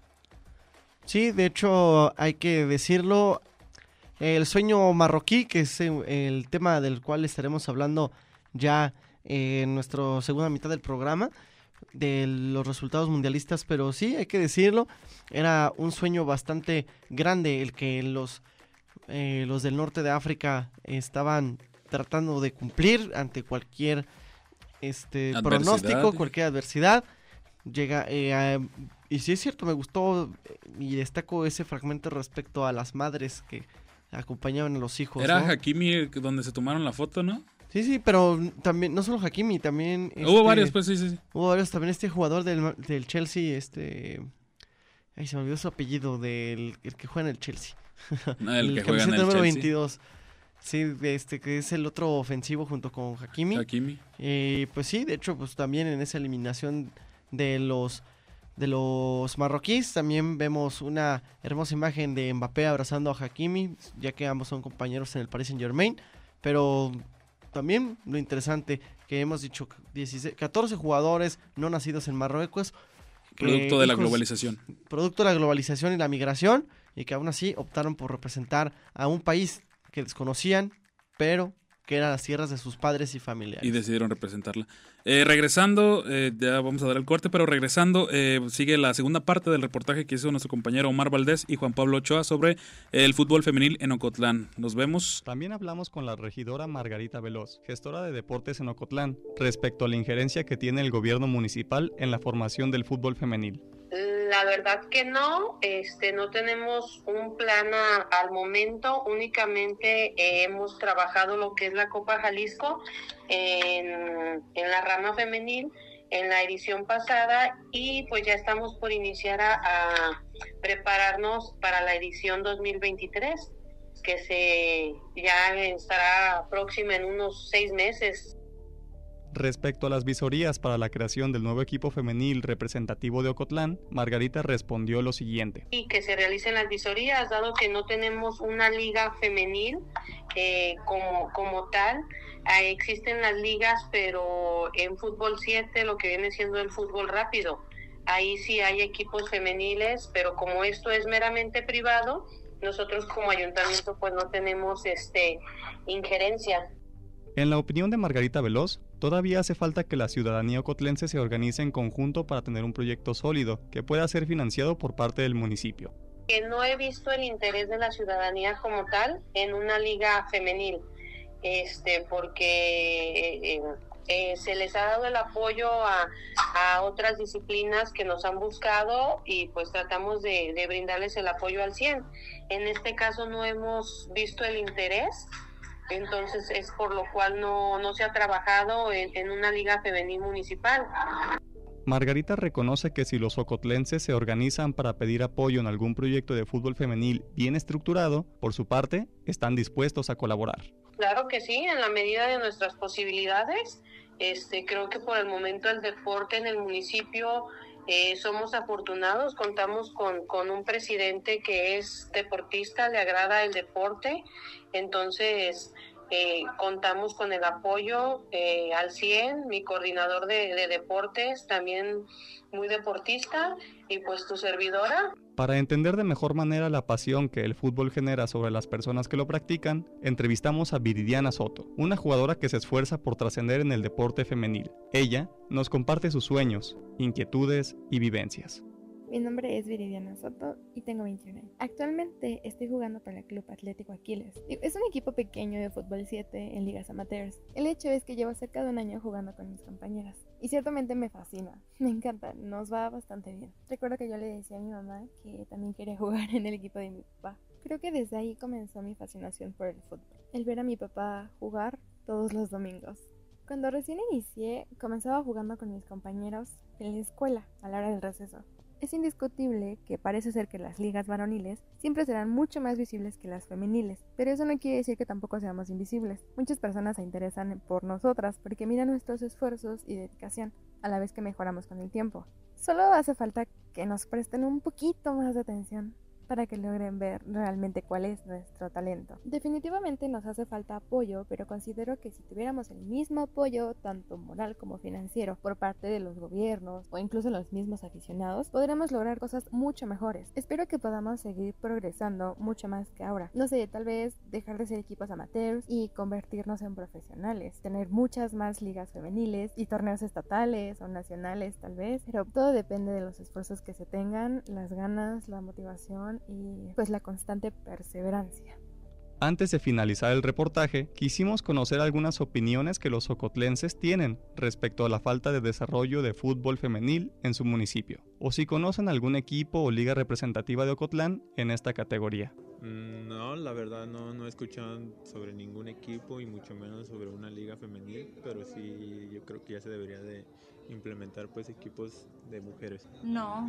Sí, de hecho hay que decirlo, el sueño marroquí, que es el tema del cual estaremos hablando ya en nuestra segunda mitad del programa, de los resultados mundialistas, pero sí, hay que decirlo, era un sueño bastante grande el que los, eh, los del norte de África estaban tratando de cumplir ante cualquier este pronóstico, cualquier adversidad. Llega eh, a, y sí es cierto, me gustó y destaco ese fragmento respecto a las madres que acompañaban a los hijos. Era ¿no? Hakimi donde se tomaron la foto, ¿no? Sí, sí, pero también, no solo Hakimi, también... Hubo este, varios, pues sí, sí, sí. Hubo varios, también este jugador del, del Chelsea, este... Ay, se me olvidó su apellido, del el que juega en el Chelsea. No, el, el que juega en el número Chelsea. veintidós. Sí, este que es el otro ofensivo junto con Hakimi. Hakimi. Y eh, pues sí, de hecho, pues también en esa eliminación de los... de los marroquíes también vemos una hermosa imagen de Mbappé abrazando a Hakimi, ya que ambos son compañeros en el Paris Saint-Germain, pero también lo interesante que hemos dicho, dieciséis, catorce jugadores no nacidos en Marruecos. Producto de la globalización. Producto de la globalización y la migración, y que aún así optaron por representar a un país que desconocían, pero que eran las tierras de sus padres y familiares. Y decidieron representarla. Eh, regresando, eh, ya vamos a dar el corte, pero regresando, eh, sigue la segunda parte del reportaje que hizo nuestro compañero Omar Valdés y Juan Pablo Ochoa sobre el fútbol femenil en Ocotlán. Nos vemos. También hablamos con la regidora Margarita Veloz, gestora de deportes en Ocotlán, respecto a la injerencia que tiene el gobierno municipal en la formación del fútbol femenil. La verdad que no, este, no tenemos un plan a, al momento, únicamente eh, hemos trabajado lo que es la Copa Jalisco en, en la rama femenil, en la edición pasada, y pues ya estamos por iniciar a, a prepararnos para la edición dos mil veintitrés, que se ya estará próxima en unos seis meses. Respecto a las visorías para la creación del nuevo equipo femenil representativo de Ocotlán, Margarita respondió lo siguiente. Y que se realicen las visorías, dado que no tenemos una liga femenil eh, como, como tal. Eh, existen las ligas, pero en fútbol siete, lo que viene siendo el fútbol rápido, ahí sí hay equipos femeniles, pero como esto es meramente privado, nosotros como ayuntamiento pues no tenemos este injerencia. En la opinión de Margarita Veloz, todavía hace falta que la ciudadanía ocotlense se organice en conjunto para tener un proyecto sólido que pueda ser financiado por parte del municipio. Que no he visto el interés de la ciudadanía como tal en una liga femenil, este, porque eh, eh, se les ha dado el apoyo a, a otras disciplinas que nos han buscado y pues tratamos de, de brindarles el apoyo al cien. En este caso no hemos visto el interés. Entonces es por lo cual no, no se ha trabajado en, en una liga femenil municipal. Margarita reconoce que si los ocotlenses se organizan para pedir apoyo en algún proyecto de fútbol femenil bien estructurado, por su parte, están dispuestos a colaborar. Claro que sí, en la medida de nuestras posibilidades. Este, creo que por el momento el deporte en el municipio eh, somos afortunados, contamos con, con un presidente que es deportista, le agrada el deporte, entonces eh, contamos con el apoyo eh, al cien, mi coordinador de, de deportes también muy deportista y pues tu servidora. Para entender de mejor manera la pasión que el fútbol genera sobre las personas que lo practican, entrevistamos a Viridiana Soto, una jugadora que se esfuerza por trascender en el deporte femenil. Ella nos comparte sus sueños, inquietudes y vivencias. Mi nombre es Viridiana Soto y tengo veintiún años. Actualmente estoy jugando para el Club Atlético Aquiles. Es un equipo pequeño de fútbol siete en ligas amateurs. El hecho es que llevo cerca de un año jugando con mis compañeras. Y ciertamente me fascina, me encanta, nos va bastante bien. Recuerdo que yo le decía a mi mamá que también quería jugar en el equipo de mi papá. Creo que desde ahí comenzó mi fascinación por el fútbol. El ver a mi papá jugar todos los domingos. Cuando recién inicié, comenzaba jugando con mis compañeros en la escuela a la hora del receso. Es indiscutible que parece ser que las ligas varoniles siempre serán mucho más visibles que las femeniles, pero eso no quiere decir que tampoco seamos invisibles. Muchas personas se interesan por nosotras porque miran nuestros esfuerzos y dedicación, a la vez que mejoramos con el tiempo. Solo hace falta que nos presten un poquito más de atención para que logren ver realmente cuál es nuestro talento. Definitivamente nos hace falta apoyo, pero considero que si tuviéramos el mismo apoyo, tanto moral como financiero, por parte de los gobiernos o incluso los mismos aficionados, podremos lograr cosas mucho mejores. Espero que podamos seguir progresando mucho más que ahora. No sé, tal vez dejar de ser equipos amateurs y convertirnos en profesionales, tener muchas más ligas femeniles y torneos estatales o nacionales tal vez, pero todo depende de los esfuerzos que se tengan, las ganas, la motivación y pues la constante perseverancia. Antes de finalizar el reportaje, quisimos conocer algunas opiniones que los ocotlenses tienen respecto a la falta de desarrollo de fútbol femenil en su municipio, o si conocen algún equipo o liga representativa de Ocotlán en esta categoría. No, la verdad no, no he escuchado sobre ningún equipo y mucho menos sobre una liga femenil, pero sí yo creo que ya se debería de implementar pues equipos de mujeres. No,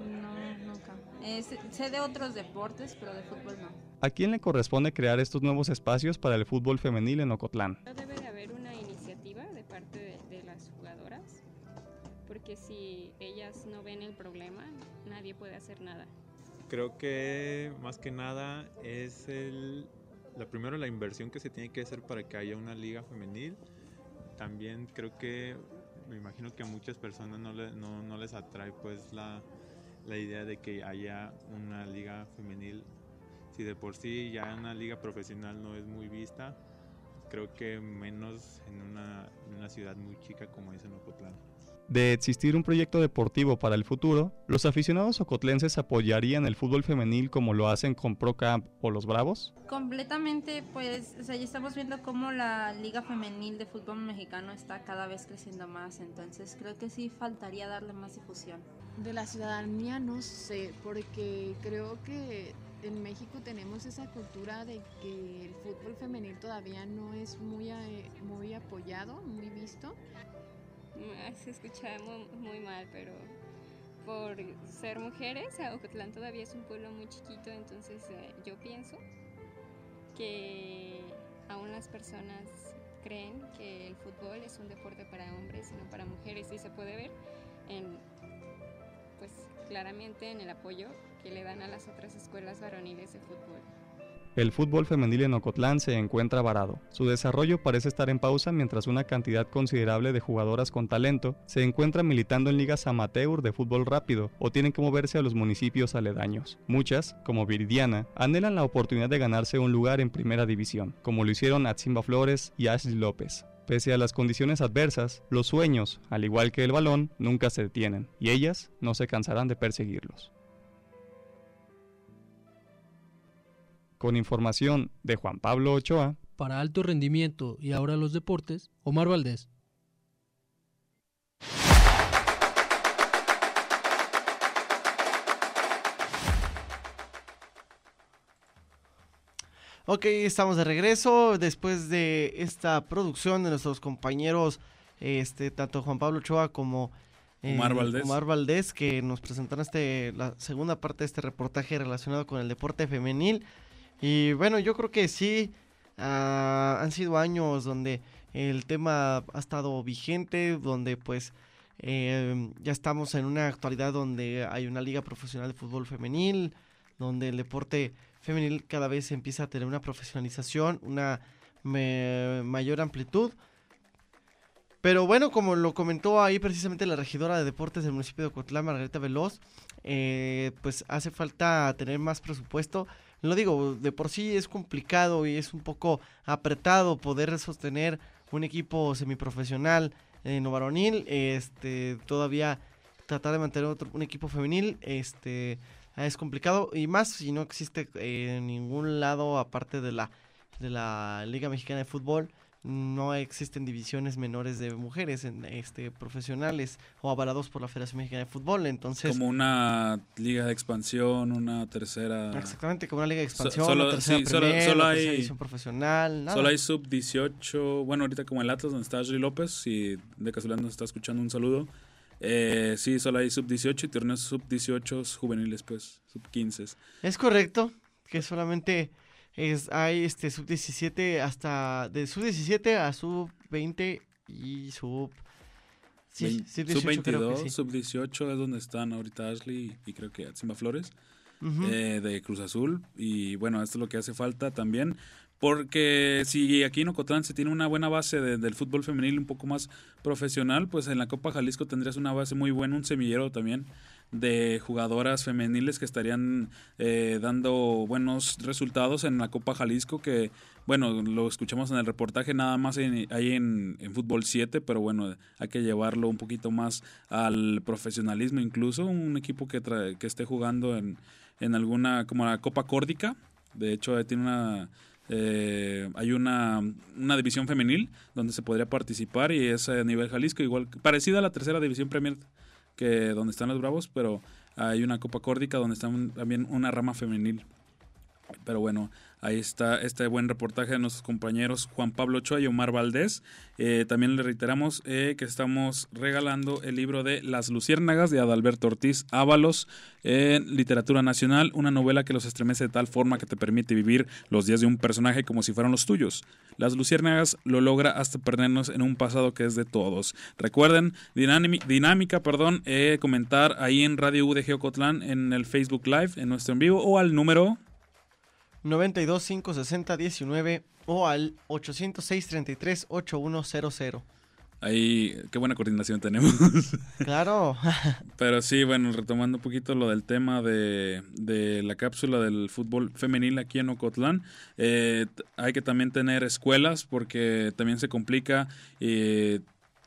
no, nunca. Es, sé de otros deportes, pero de fútbol no. ¿A quién le corresponde crear estos nuevos espacios para el fútbol femenil en Ocotlán? Debe de haber una iniciativa de parte de, de las jugadoras, porque si ellas no ven el problema, nadie puede hacer nada. Creo que más que nada es el, la primero la inversión que se tiene que hacer para que haya una liga femenil. También creo que me imagino que a muchas personas no, le, no, no les atrae pues la, la idea de que haya una liga femenil. Si de por sí ya una liga profesional no es muy vista, creo que menos en una, en una ciudad muy chica como es en Ocotlán. De existir un proyecto deportivo para el futuro, los aficionados ocotlenses apoyarían el fútbol femenil como lo hacen con ProCamp o los Bravos. Completamente, pues, o sea, ya estamos viendo cómo la liga femenil de fútbol mexicano está cada vez creciendo más, entonces creo que sí faltaría darle más difusión. De la ciudadanía no sé, porque creo que en México tenemos esa cultura de que el fútbol femenil todavía no es muy, muy apoyado, muy visto. Se escucha muy, muy mal, pero por ser mujeres, Ocotlán todavía es un pueblo muy chiquito, entonces eh, yo pienso que aún las personas creen que el fútbol es un deporte para hombres y no para mujeres, y se puede ver en, pues claramente en el apoyo que le dan a las otras escuelas varoniles de fútbol. El fútbol femenil en Ocotlán se encuentra varado. Su desarrollo parece estar en pausa mientras una cantidad considerable de jugadoras con talento se encuentran militando en ligas amateur de fútbol rápido o tienen que moverse a los municipios aledaños. Muchas, como Viridiana, anhelan la oportunidad de ganarse un lugar en primera división, como lo hicieron Atsimba Flores y Ashley López. Pese a las condiciones adversas, los sueños, al igual que el balón, nunca se detienen, y ellas no se cansarán de perseguirlos. Con información de Juan Pablo Ochoa. Para Alto Rendimiento y Ahora los Deportes, Omar Valdés. Ok, estamos de regreso después de esta producción de nuestros compañeros, este tanto Juan Pablo Ochoa como eh, Omar Valdés. Omar Valdés, que nos presentaron este, la segunda parte de este reportaje relacionado con el deporte femenil. Y bueno, yo creo que sí Uh, han sido años donde el tema ha estado vigente, donde pues eh, ya estamos en una actualidad donde hay una liga profesional de fútbol femenil, donde el deporte femenil cada vez empieza a tener una profesionalización, una me, mayor amplitud. Pero bueno, como lo comentó ahí precisamente la regidora de deportes del municipio de Ocotlán, Margarita Veloz, eh, pues hace falta tener más presupuesto. Lo digo, de por sí es complicado y es un poco apretado poder sostener un equipo semiprofesional en lo varonil, este, todavía tratar de mantener otro, un equipo femenil, este, es complicado, y más si no existe eh, en ningún lado aparte de la, de la Liga Mexicana de Fútbol. No existen divisiones menores de mujeres en este profesionales o avalados por la Federación Mexicana de Fútbol, entonces como una liga de expansión, una tercera. Exactamente, como una liga de expansión, so, solo, una tercera sí, premier, solo, solo una hay, tercera división profesional, nada. Solo hay sub dieciocho, bueno, ahorita como el Atlas donde está Ashley López, si de casualidad nos está escuchando, un saludo. Eh, sí, solo hay sub dieciocho y torneos sub dieciocho juveniles, pues, sub quince. Es correcto, que solamente es hay este sub diecisiete hasta de sub diecisiete a sub veinte y sub sí, sub dieciocho, sub veintidós, sí. Sub dieciocho es donde están ahorita Ashley y creo que Atzimba Flores, uh-huh. eh, de Cruz Azul, y bueno, esto es lo que hace falta también. Porque si aquí en Ocotlán se tiene una buena base de, del fútbol femenil un poco más profesional, pues en la Copa Jalisco tendrías una base muy buena, un semillero también de jugadoras femeniles que estarían eh, dando buenos resultados en la Copa Jalisco, que bueno, lo escuchamos en el reportaje nada más en, ahí en, en Fútbol siete, pero bueno, hay que llevarlo un poquito más al profesionalismo, incluso un equipo que, tra- que esté jugando en, en alguna, como la Copa Córdica, de hecho tiene una... Eh, hay una, una división femenil donde se podría participar y es a nivel Jalisco, igual parecida a la tercera división Premier que donde están los Bravos, pero hay una Copa Córdica donde está un, también una rama femenil. Pero bueno, ahí está este buen reportaje de nuestros compañeros Juan Pablo Ochoa y Omar Valdés. Eh, también le reiteramos eh, que estamos regalando el libro de Las Luciérnagas de Adalberto Ortiz Ábalos en Literatura Nacional, una novela que los estremece de tal forma que te permite vivir los días de un personaje como si fueran los tuyos. Las Luciérnagas lo logra hasta perdernos en un pasado que es de todos. Recuerden, dinámica, dinámica perdón, eh, comentar ahí en Radio U D G Ocotlán en el Facebook Live, en nuestro en vivo, o al número noventa y dos, cinco sesenta, diecinueve o al ochocientos seis, treinta y tres, ochenta y uno cero cero. Ahí, qué buena coordinación tenemos. Claro. Pero sí, bueno, retomando un poquito lo del tema de, de la cápsula del fútbol femenil aquí en Ocotlán, eh, hay que también tener escuelas porque también se complica eh,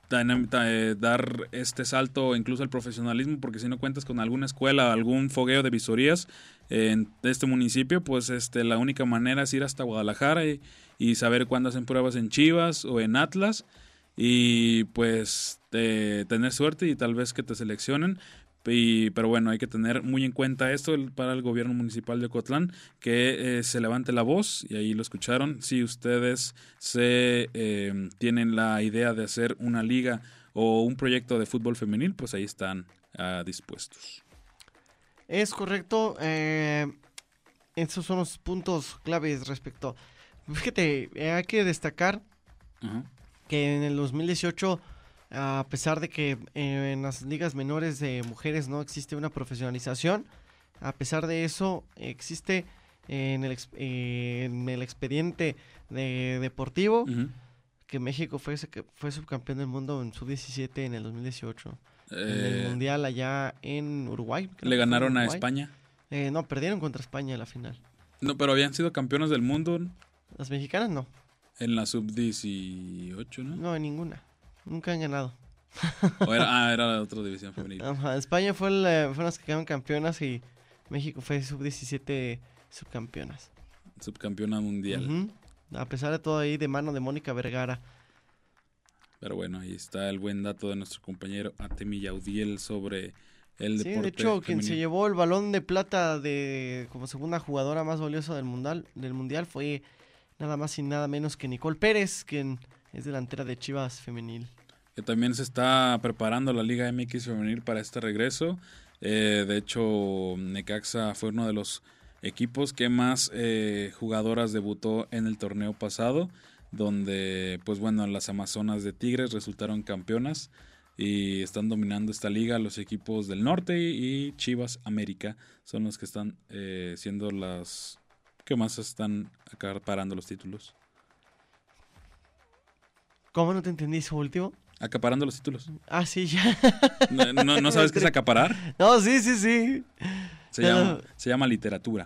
dar este salto incluso al profesionalismo, porque si no cuentas con alguna escuela, algún fogueo de visorías en este municipio, pues este la única manera es ir hasta Guadalajara y, y saber cuándo hacen pruebas en Chivas o en Atlas y pues eh, tener suerte y tal vez que te seleccionen. Y, pero bueno, hay que tener muy en cuenta esto para el gobierno municipal de Ocotlán, que eh, se levante la voz, y ahí lo escucharon. Si ustedes se eh, tienen la idea de hacer una liga o un proyecto de fútbol femenil, pues ahí están uh, dispuestos. Es correcto. Eh, esos son los puntos claves respecto. Fíjate, eh, hay que destacar uh-huh. que en el dos mil dieciocho, a pesar de que eh, en las ligas menores de mujeres no existe una profesionalización, a pesar de eso existe eh, en, el, eh, en el expediente de deportivo uh-huh. que México fue, fue subcampeón del mundo en sub diecisiete en el dos mil dieciocho. Eh, en el mundial allá en Uruguay. ¿Le ganaron Uruguay. a España? Eh, no, perdieron contra España en la final. No, pero habían sido campeones del mundo. Las mexicanas no. En la sub dieciocho, ¿no? No, en ninguna. Nunca han ganado. O era, ah, era la otra división femenil. Ajá, España fue la, fueron las que quedaron campeonas y México fue sub diecisiete subcampeonas. Subcampeona mundial. Uh-huh. A pesar de todo ahí de mano de Mónica Vergara. Pero bueno, ahí está el buen dato de nuestro compañero Atemi Yaudiel sobre el sí, deporte. Sí, de hecho, femenil. Quien se llevó el balón de plata de como segunda jugadora más valiosa del mundial, del mundial fue nada más y nada menos que Nicole Pérez, quien es delantera de Chivas femenil. Que también se está preparando la Liga M X femenil para este regreso. Eh, de hecho, Necaxa fue uno de los equipos. ¿Qué más eh, jugadoras debutó en el torneo pasado? Donde, pues bueno, las Amazonas de Tigres resultaron campeonas y están dominando esta liga. Los equipos del norte y Chivas América son los que están eh, siendo las que más están acaparando los títulos. ¿Cómo no te entendí eso último? Acaparando los títulos. Ah, sí, ya. ¿No, no, ¿no sabes qué es acaparar? No, sí, sí, sí. Se, llama, se llama literatura.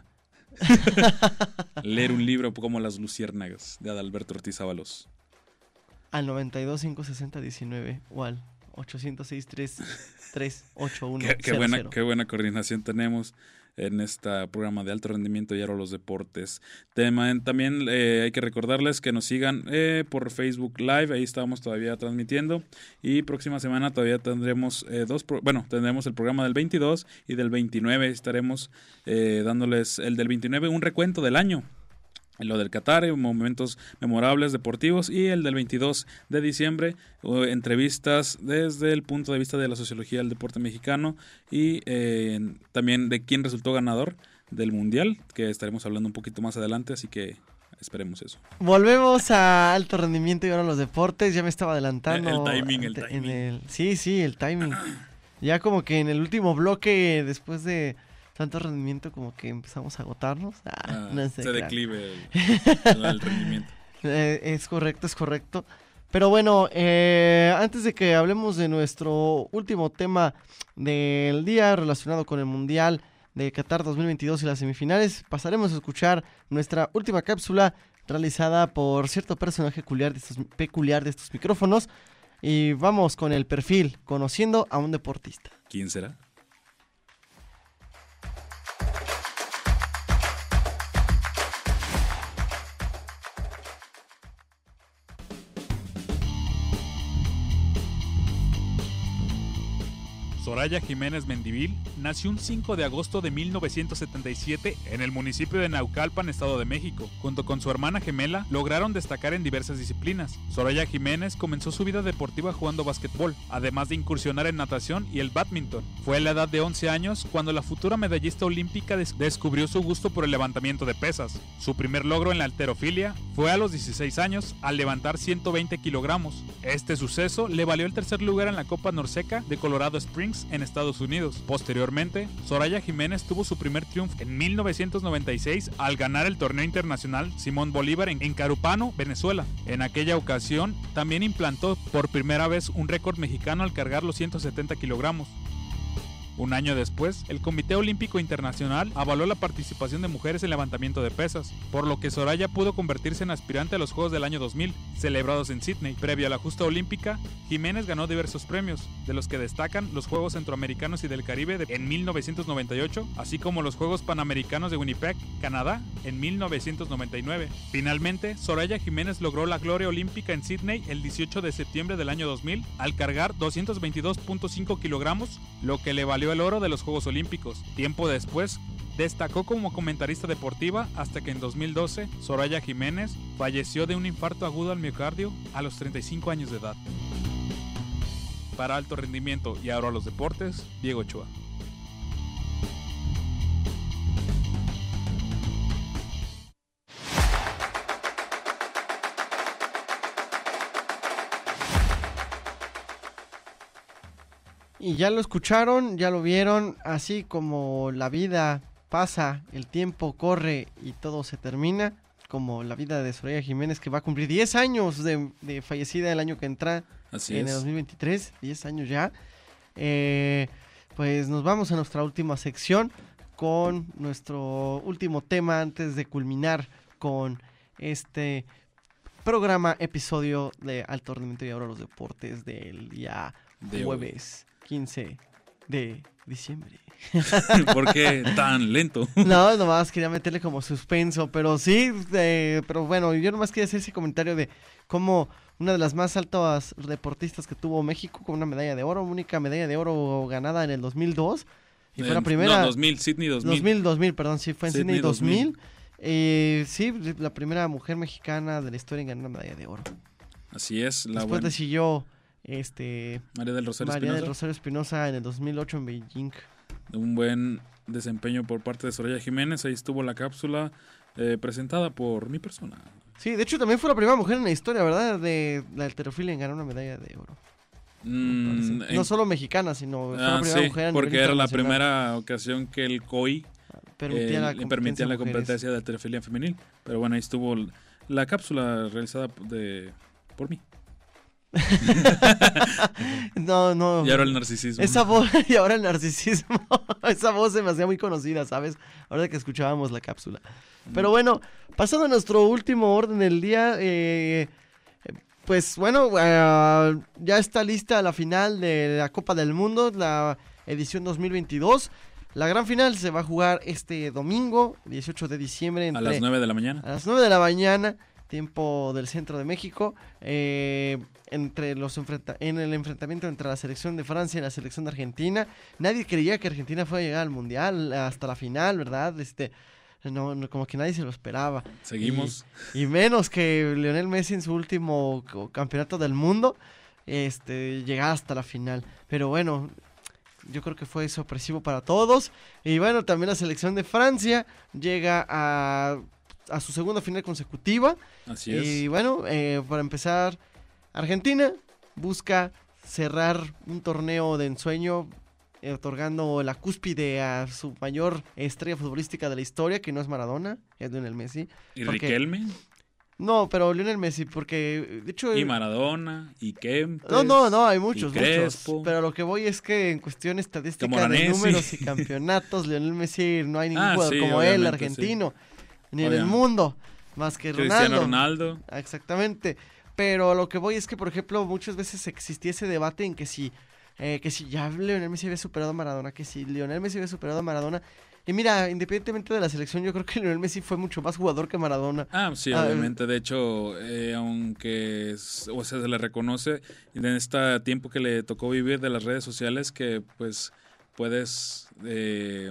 Leer un libro como Las Luciérnagas, de Adalberto Ortiz Ábalos. Al noventa y dos, cinco sesenta, diecinueve o al ochocientos seis, tres, tres, ocho uno. Qué, qué, buena, qué buena coordinación tenemos en este programa de alto rendimiento y ahora los deportes. Tema, también eh, hay que recordarles que nos sigan eh, por Facebook Live, ahí estamos todavía transmitiendo, y próxima semana todavía tendremos eh, dos, pro, bueno, tendremos el programa del veintidós y del veintinueve, estaremos eh, dándoles el del veintinueve un recuento del año. Lo del Qatar, momentos memorables deportivos, y el del veintidós de diciembre, uh, entrevistas desde el punto de vista de la sociología del deporte mexicano y eh, también de quién resultó ganador del Mundial, que estaremos hablando un poquito más adelante, así que esperemos eso. Volvemos a alto rendimiento y ahora los deportes, ya me estaba adelantando. El, el timing, el timing. En el, sí, sí, el timing. Ya como que en el último bloque, después de tanto rendimiento, como que empezamos a agotarnos. Ah, ah, no sé, se claro. declive el, el rendimiento. Eh, es correcto, es correcto. Pero bueno, eh, antes de que hablemos de nuestro último tema del día relacionado con el Mundial de Qatar dos mil veintidós y las semifinales, pasaremos a escuchar nuestra última cápsula realizada por cierto personaje peculiar de estos, peculiar de estos micrófonos. Y vamos con el perfil, conociendo a un deportista. ¿Quién será? Soraya Jiménez Mendivil nació un cinco de agosto de mil novecientos setenta y siete en el municipio de Naucalpan, Estado de México. Junto con su hermana gemela, lograron destacar en diversas disciplinas. Soraya Jiménez comenzó su vida deportiva jugando básquetbol, además de incursionar en natación y el bádminton. Fue a la edad de once años cuando la futura medallista olímpica des- descubrió su gusto por el levantamiento de pesas. Su primer logro en la halterofilia fue a los dieciséis años, al levantar ciento veinte kilogramos. Este suceso le valió el tercer lugar en la Copa Norseca de Colorado Springs en Estados Unidos. Posteriormente, Soraya Jiménez tuvo su primer triunfo en mil novecientos noventa y seis al ganar el torneo internacional Simón Bolívar en, en Carúpano, Venezuela. En aquella ocasión, también implantó por primera vez un récord mexicano al cargar los ciento setenta kilogramos. Un año después, el Comité Olímpico Internacional avaló la participación de mujeres en levantamiento de pesas, por lo que Soraya pudo convertirse en aspirante a los Juegos del año dos mil, celebrados en Sydney. Previo a la justa olímpica, Jiménez ganó diversos premios, de los que destacan los Juegos Centroamericanos y del Caribe de, en mil novecientos noventa y ocho, así como los Juegos Panamericanos de Winnipeg, Canadá, en mil novecientos noventa y nueve. Finalmente, Soraya Jiménez logró la gloria olímpica en Sydney el dieciocho de septiembre del año dos mil, al cargar doscientos veintidós punto cinco kilogramos, lo que le valió el oro de los Juegos Olímpicos. Tiempo después, destacó como comentarista deportiva hasta que en dos mil doce, Soraya Jiménez falleció de un infarto agudo al miocardio a los treinta y cinco años de edad. Para alto rendimiento y ahora los deportes, Diego Ochoa. Y ya lo escucharon, ya lo vieron, así como la vida pasa, el tiempo corre y todo se termina, como la vida de Soraya Jiménez, que va a cumplir diez años de, de fallecida el año que entra, Así en es. el dos mil veintitrés, diez años ya. Eh, pues nos vamos a nuestra última sección con nuestro último tema antes de culminar con este programa, episodio de Alto Rendimiento y ahora los deportes del día De jueves quince de diciembre. ¿Por qué tan lento? No, nomás quería meterle como suspenso, pero sí, eh, pero bueno, yo nomás quería hacer ese comentario de cómo una de las más altas deportistas que tuvo México con una medalla de oro, única medalla de oro ganada en el dos mil dos, y fue la primera... No, dos mil, Sydney dos mil. dos mil, dos mil, perdón, sí, fue en Sydney, Sydney dos mil. dos mil. Eh, sí, la primera mujer mexicana de la historia en ganar una medalla de oro. Así es. La Después buena. le siguió este, María del Rosario María Espinosa. del Rosario Espinosa en el dos mil ocho en Beijing. un buen desempeño por parte de Soraya Jiménez. Ahí estuvo la cápsula eh, presentada por mi persona. Sí, de hecho también fue la primera mujer en la historia, ¿verdad? De la halterofilia en ganar una medalla de oro. Mm, no en... solo mexicana, sino fue ah, la primera sí, mujer a porque nivel era la internacional. primera ocasión que el C O I permitía, eh, la, le competencia permitía la mujeres. competencia de halterofilia femenil. Pero bueno, ahí estuvo la cápsula realizada de por mí. no, no. Y ahora el narcisismo. Esa voz, y ahora el narcisismo. Esa voz se me hacía muy conocida, ¿sabes? Ahora que escuchábamos la cápsula. Pero bueno, pasando a nuestro último orden del día, eh, pues bueno, uh, ya está lista la final de la Copa del Mundo, la edición dos mil veintidós. La gran final se va a jugar este domingo, dieciocho de diciembre. Entre, a las nueve de la mañana. A las nueve de la mañana, tiempo del centro de México, eh, entre los enfrenta- en el enfrentamiento entre la selección de Francia y la selección de Argentina. Nadie creía que Argentina fuera a llegar al Mundial hasta la final, ¿verdad? Este, no, no como que nadie se lo esperaba. Seguimos. Y, y menos que Lionel Messi en su último campeonato del mundo, este, llegar hasta la final. Pero bueno, yo creo que fue sorpresivo para todos. Y bueno, también la selección de Francia llega a, a su segunda final consecutiva. Así es. Y bueno, eh, para empezar, Argentina busca cerrar un torneo de ensueño, eh, otorgando la cúspide a su mayor estrella futbolística de la historia, que no es Maradona, es Lionel Messi. ¿Y porque... Riquelme? No, pero Lionel Messi, porque de hecho... Y Maradona, y Kempes. No, no, no, hay muchos, y Crespo, muchos. Pero lo que voy es que en cuestión estadística Camoranesi. de números y campeonatos, Lionel Messi no hay ningún ah, jugador sí, como él, argentino, sí. ni en Obviamente. el mundo, más que Ronaldo. Cristiano Ronaldo. Exactamente. Pero lo que voy es que, por ejemplo, muchas veces existía ese debate en que si, eh, que si ya Lionel Messi había superado a Maradona, que si Lionel Messi había superado a Maradona. Y mira, independientemente de la selección, yo creo que Lionel Messi fue mucho más jugador que Maradona. Ah, sí, ah, obviamente. De hecho, eh, aunque es, o sea, se le reconoce en este tiempo que le tocó vivir de las redes sociales, que pues puedes... Eh,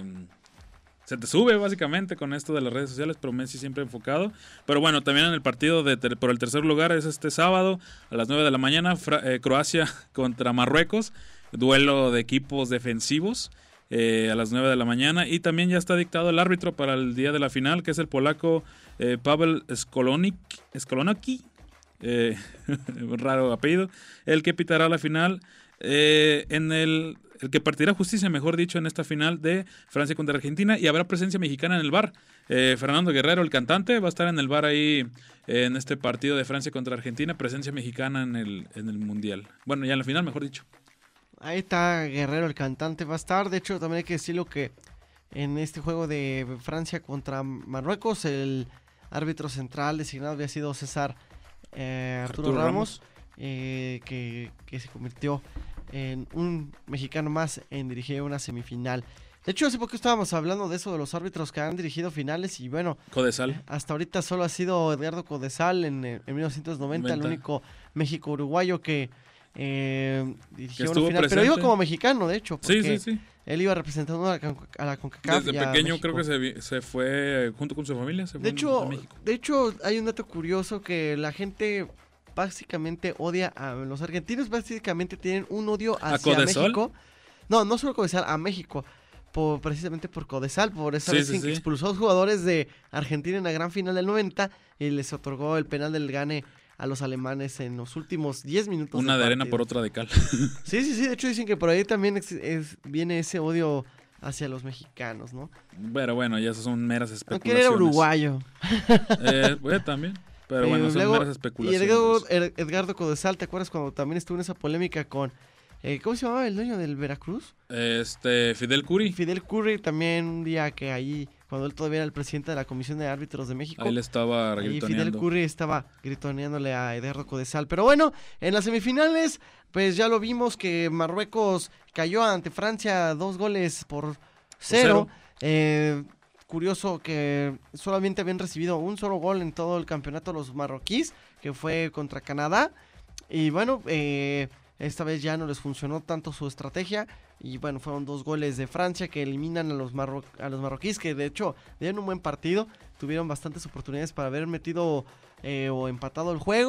se te sube básicamente con esto de las redes sociales, pero Messi siempre enfocado. Pero bueno, también en el partido de ter- por el tercer lugar es este sábado a las nueve de la mañana, Fra- eh, Croacia contra Marruecos, duelo de equipos defensivos. Eh, a las nueve de la mañana, y también ya está dictado el árbitro para el día de la final, que es el polaco eh, Paweł Skoloniki, eh, raro apellido, el que pitará la final, eh, en el, el que partirá justicia, mejor dicho, en esta final de Francia contra Argentina, y habrá presencia mexicana en el V A R. Eh, Fernando Guerrero, el cantante, va a estar en el V A R ahí eh, en este partido de Francia contra Argentina, presencia mexicana en el, en el Mundial. Bueno, ya en la final, mejor dicho. Ahí está Guerrero, el cantante, va a estar. De hecho, también hay que decirlo que en este juego de Francia contra Marruecos, el árbitro central designado había sido César eh, Arturo, Arturo Ramos, Ramos. Eh, que, que se convirtió en un mexicano más en dirigir una semifinal. De hecho, hace poco estábamos hablando de eso, de los árbitros que han dirigido finales, y bueno, Codesal. Hasta ahorita solo ha sido Edgardo Codesal en, en mil novecientos noventa, noventa. El único México-uruguayo que Eh, dirigió una final, pero iba como mexicano, de hecho, porque sí, sí, sí. él iba representando a la, a la CONCACAF. Desde pequeño creo que se, se fue junto con su familia. Se fue de hecho, a México. De hecho, hay un dato curioso que la gente básicamente odia a los argentinos, básicamente tienen un odio hacia México. No, no solo Codesal, a México. Por, precisamente por Codesal, por esa sí, vez sí, en que sí. expulsó a los jugadores de Argentina en la gran final del noventa y les otorgó el penal del gane a los alemanes en los últimos diez minutos. Una de arena por otra de cal. Sí, sí, sí, de hecho dicen que por ahí también es, es, viene ese odio hacia los mexicanos, ¿no? Pero bueno, ya son meras especulaciones. Aunque era uruguayo. Eh, bueno, también, pero bueno, son luego, meras especulaciones. Y Edgardo, Edgardo Codesal, ¿te acuerdas cuando también estuvo en esa polémica con... Eh, ¿Cómo se llamaba el dueño del Veracruz? Este, Fidel Curry. Fidel Curry también un día que ahí, cuando él todavía era el presidente de la Comisión de Árbitros de México. Ahí le estaba gritoneando. Y Fidel Curry estaba gritoneándole a Edgardo Codesal. Pero bueno, en las semifinales, pues ya lo vimos que Marruecos cayó ante Francia dos goles por cero. cero. Eh, curioso que solamente habían recibido un solo gol en todo el campeonato los marroquíes, que fue contra Canadá. Y bueno, eh... esta vez ya no les funcionó tanto su estrategia y bueno, fueron dos goles de Francia que eliminan a los, marro- a los marroquíes, que de hecho dieron un buen partido, tuvieron bastantes oportunidades para haber metido eh, o empatado el juego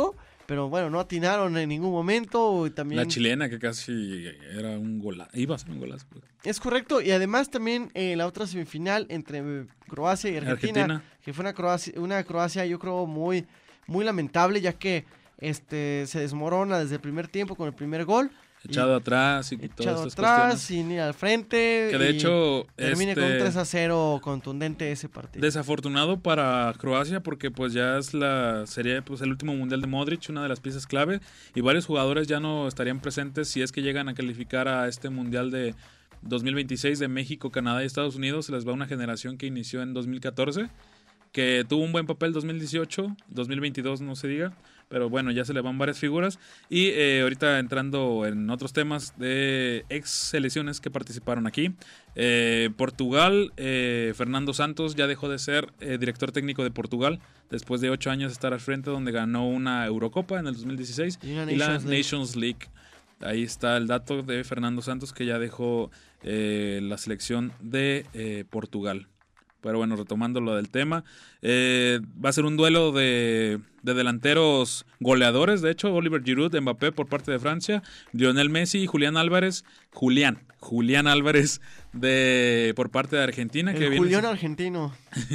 pero bueno, no atinaron en ningún momento. También... La chilena que casi era un golazo, iba a ser un golazo. Es correcto, y además también eh, la otra semifinal entre Croacia y Argentina, Argentina. que fue una Croacia, una Croacia yo creo muy, muy lamentable, ya que este se desmorona desde el primer tiempo con el primer gol. Echado y, atrás y echado todas atrás, sin ir al frente. Que de hecho termine este, con un tres a cero contundente ese partido. Desafortunado para Croacia porque pues ya es la sería pues el último mundial de Modric, una de las piezas clave, y varios jugadores ya no estarían presentes si es que llegan a calificar a este mundial de dos mil veintiséis de México, Canadá y Estados Unidos. Se les va una generación que inició en dos mil catorce, que tuvo un buen papel dos mil dieciocho, dos mil veintidós no se diga, pero bueno, ya se le van varias figuras. Y eh, ahorita entrando en otros temas de ex selecciones que participaron aquí. Eh, Portugal, eh, Fernando Santos ya dejó de ser eh, director técnico de Portugal después de ocho años de estar al frente, donde ganó una Eurocopa en el dos mil dieciséis y, y la League. Nations League. Ahí está el dato de Fernando Santos, que ya dejó eh, la selección de eh, Portugal. Pero bueno, retomando lo del tema, eh, va a ser un duelo de, de delanteros goleadores. De hecho, Oliver Giroud, Mbappé por parte de Francia, Lionel Messi y Julián Álvarez, Julián, Julián Álvarez de por parte de Argentina. El que viene Julián argentino.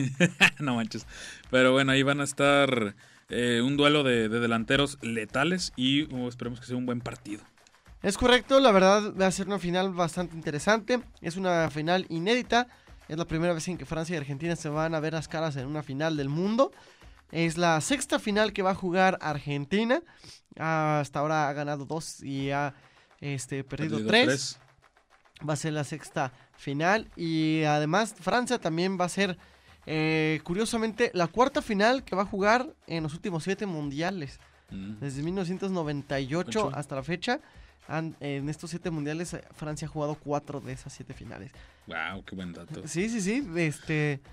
No manches. Pero bueno, ahí van a estar eh, un duelo de, de delanteros letales y oh, esperemos que sea un buen partido. Es correcto, la verdad va a ser una final bastante interesante. Es una final inédita. Es la primera vez en que Francia y Argentina se van a ver las caras en una final del mundo. Es la sexta final que va a jugar Argentina. Hasta ahora ha ganado dos y ha este, perdido, perdido tres. tres. Va a ser la sexta final. Y además Francia también va a ser, eh, curiosamente, la cuarta final que va a jugar en los últimos siete mundiales. Mm. Desde mil novecientos noventa y ocho Ocho. hasta la fecha. Han, en estos siete mundiales Francia ha jugado cuatro de esas siete finales. Wow, qué buen dato. Sí, sí, sí. Este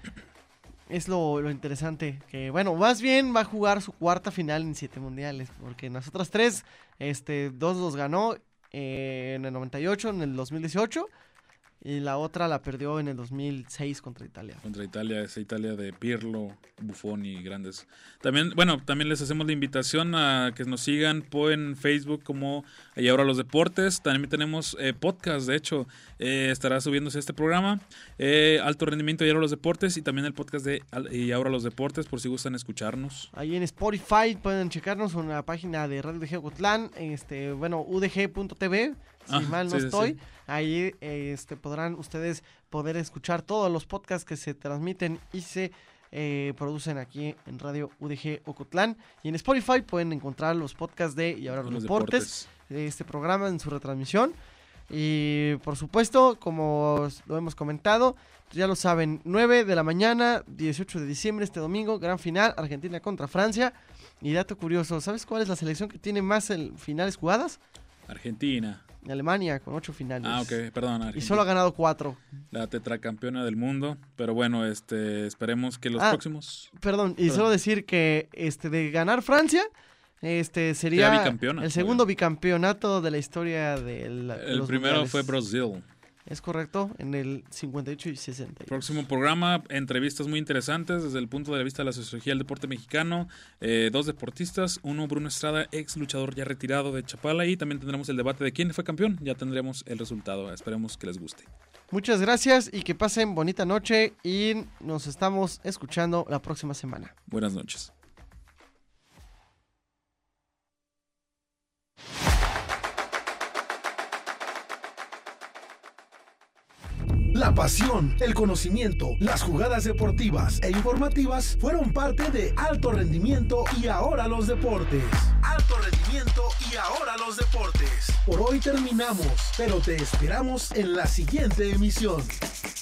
es lo, lo interesante. Que bueno, más bien va a jugar su cuarta final en siete mundiales. Porque en las otras tres, este, dos los ganó eh, en el noventa y ocho, en el dos mil dieciocho. Y la otra la perdió en el dos mil seis contra Italia. Contra Italia, esa Italia de Pirlo, Buffon y grandes. También, bueno, también les hacemos la invitación a que nos sigan por en Facebook como Y Ahora Los Deportes. También tenemos eh, podcast, de hecho, eh, estará subiéndose este programa. Eh, Alto Rendimiento Y Ahora Los Deportes, y también el podcast de Y Ahora Los Deportes, por si gustan escucharnos. Ahí en Spotify pueden checarnos en la página de Radio U D G Ocotlán, este, bueno, u d g punto t v. Si ah, mal no sí, estoy, sí. ahí este, podrán ustedes poder escuchar todos los podcasts que se transmiten y se eh, producen aquí en Radio U D G Ocotlán. Y en Spotify pueden encontrar los podcasts de Y Ahora los, los deportes, deportes, de este programa en su retransmisión. Y por supuesto, como lo hemos comentado, ya lo saben, nueve de la mañana, dieciocho de diciembre, este domingo, gran final, Argentina contra Francia. Y dato curioso, ¿sabes cuál es la selección que tiene más el, finales jugadas? Argentina. Alemania, con ocho finales. Ah, ok, perdón. Argentina. Y solo ha ganado cuatro. La tetracampeona del mundo. Pero bueno, este esperemos que los ah, próximos... Perdón, y perdón. solo decir que este de ganar Francia, este sería el segundo obvio. bicampeonato de la historia del... El primero mundiales. fue Brasil. Es correcto, en el cincuenta y ocho y sesenta. Próximo programa, entrevistas muy interesantes desde el punto de vista de la sociología del deporte mexicano. Eh, dos deportistas, uno Bruno Estrada, ex luchador ya retirado de Chapala, y también tendremos el debate de quién fue campeón. Ya tendremos el resultado, esperemos que les guste. Muchas gracias y que pasen bonita noche y nos estamos escuchando la próxima semana. Buenas noches. La pasión, el conocimiento, las jugadas deportivas e informativas fueron parte de Alto Rendimiento y Ahora los Deportes. Alto Rendimiento y Ahora los Deportes. Por hoy terminamos, pero te esperamos en la siguiente emisión.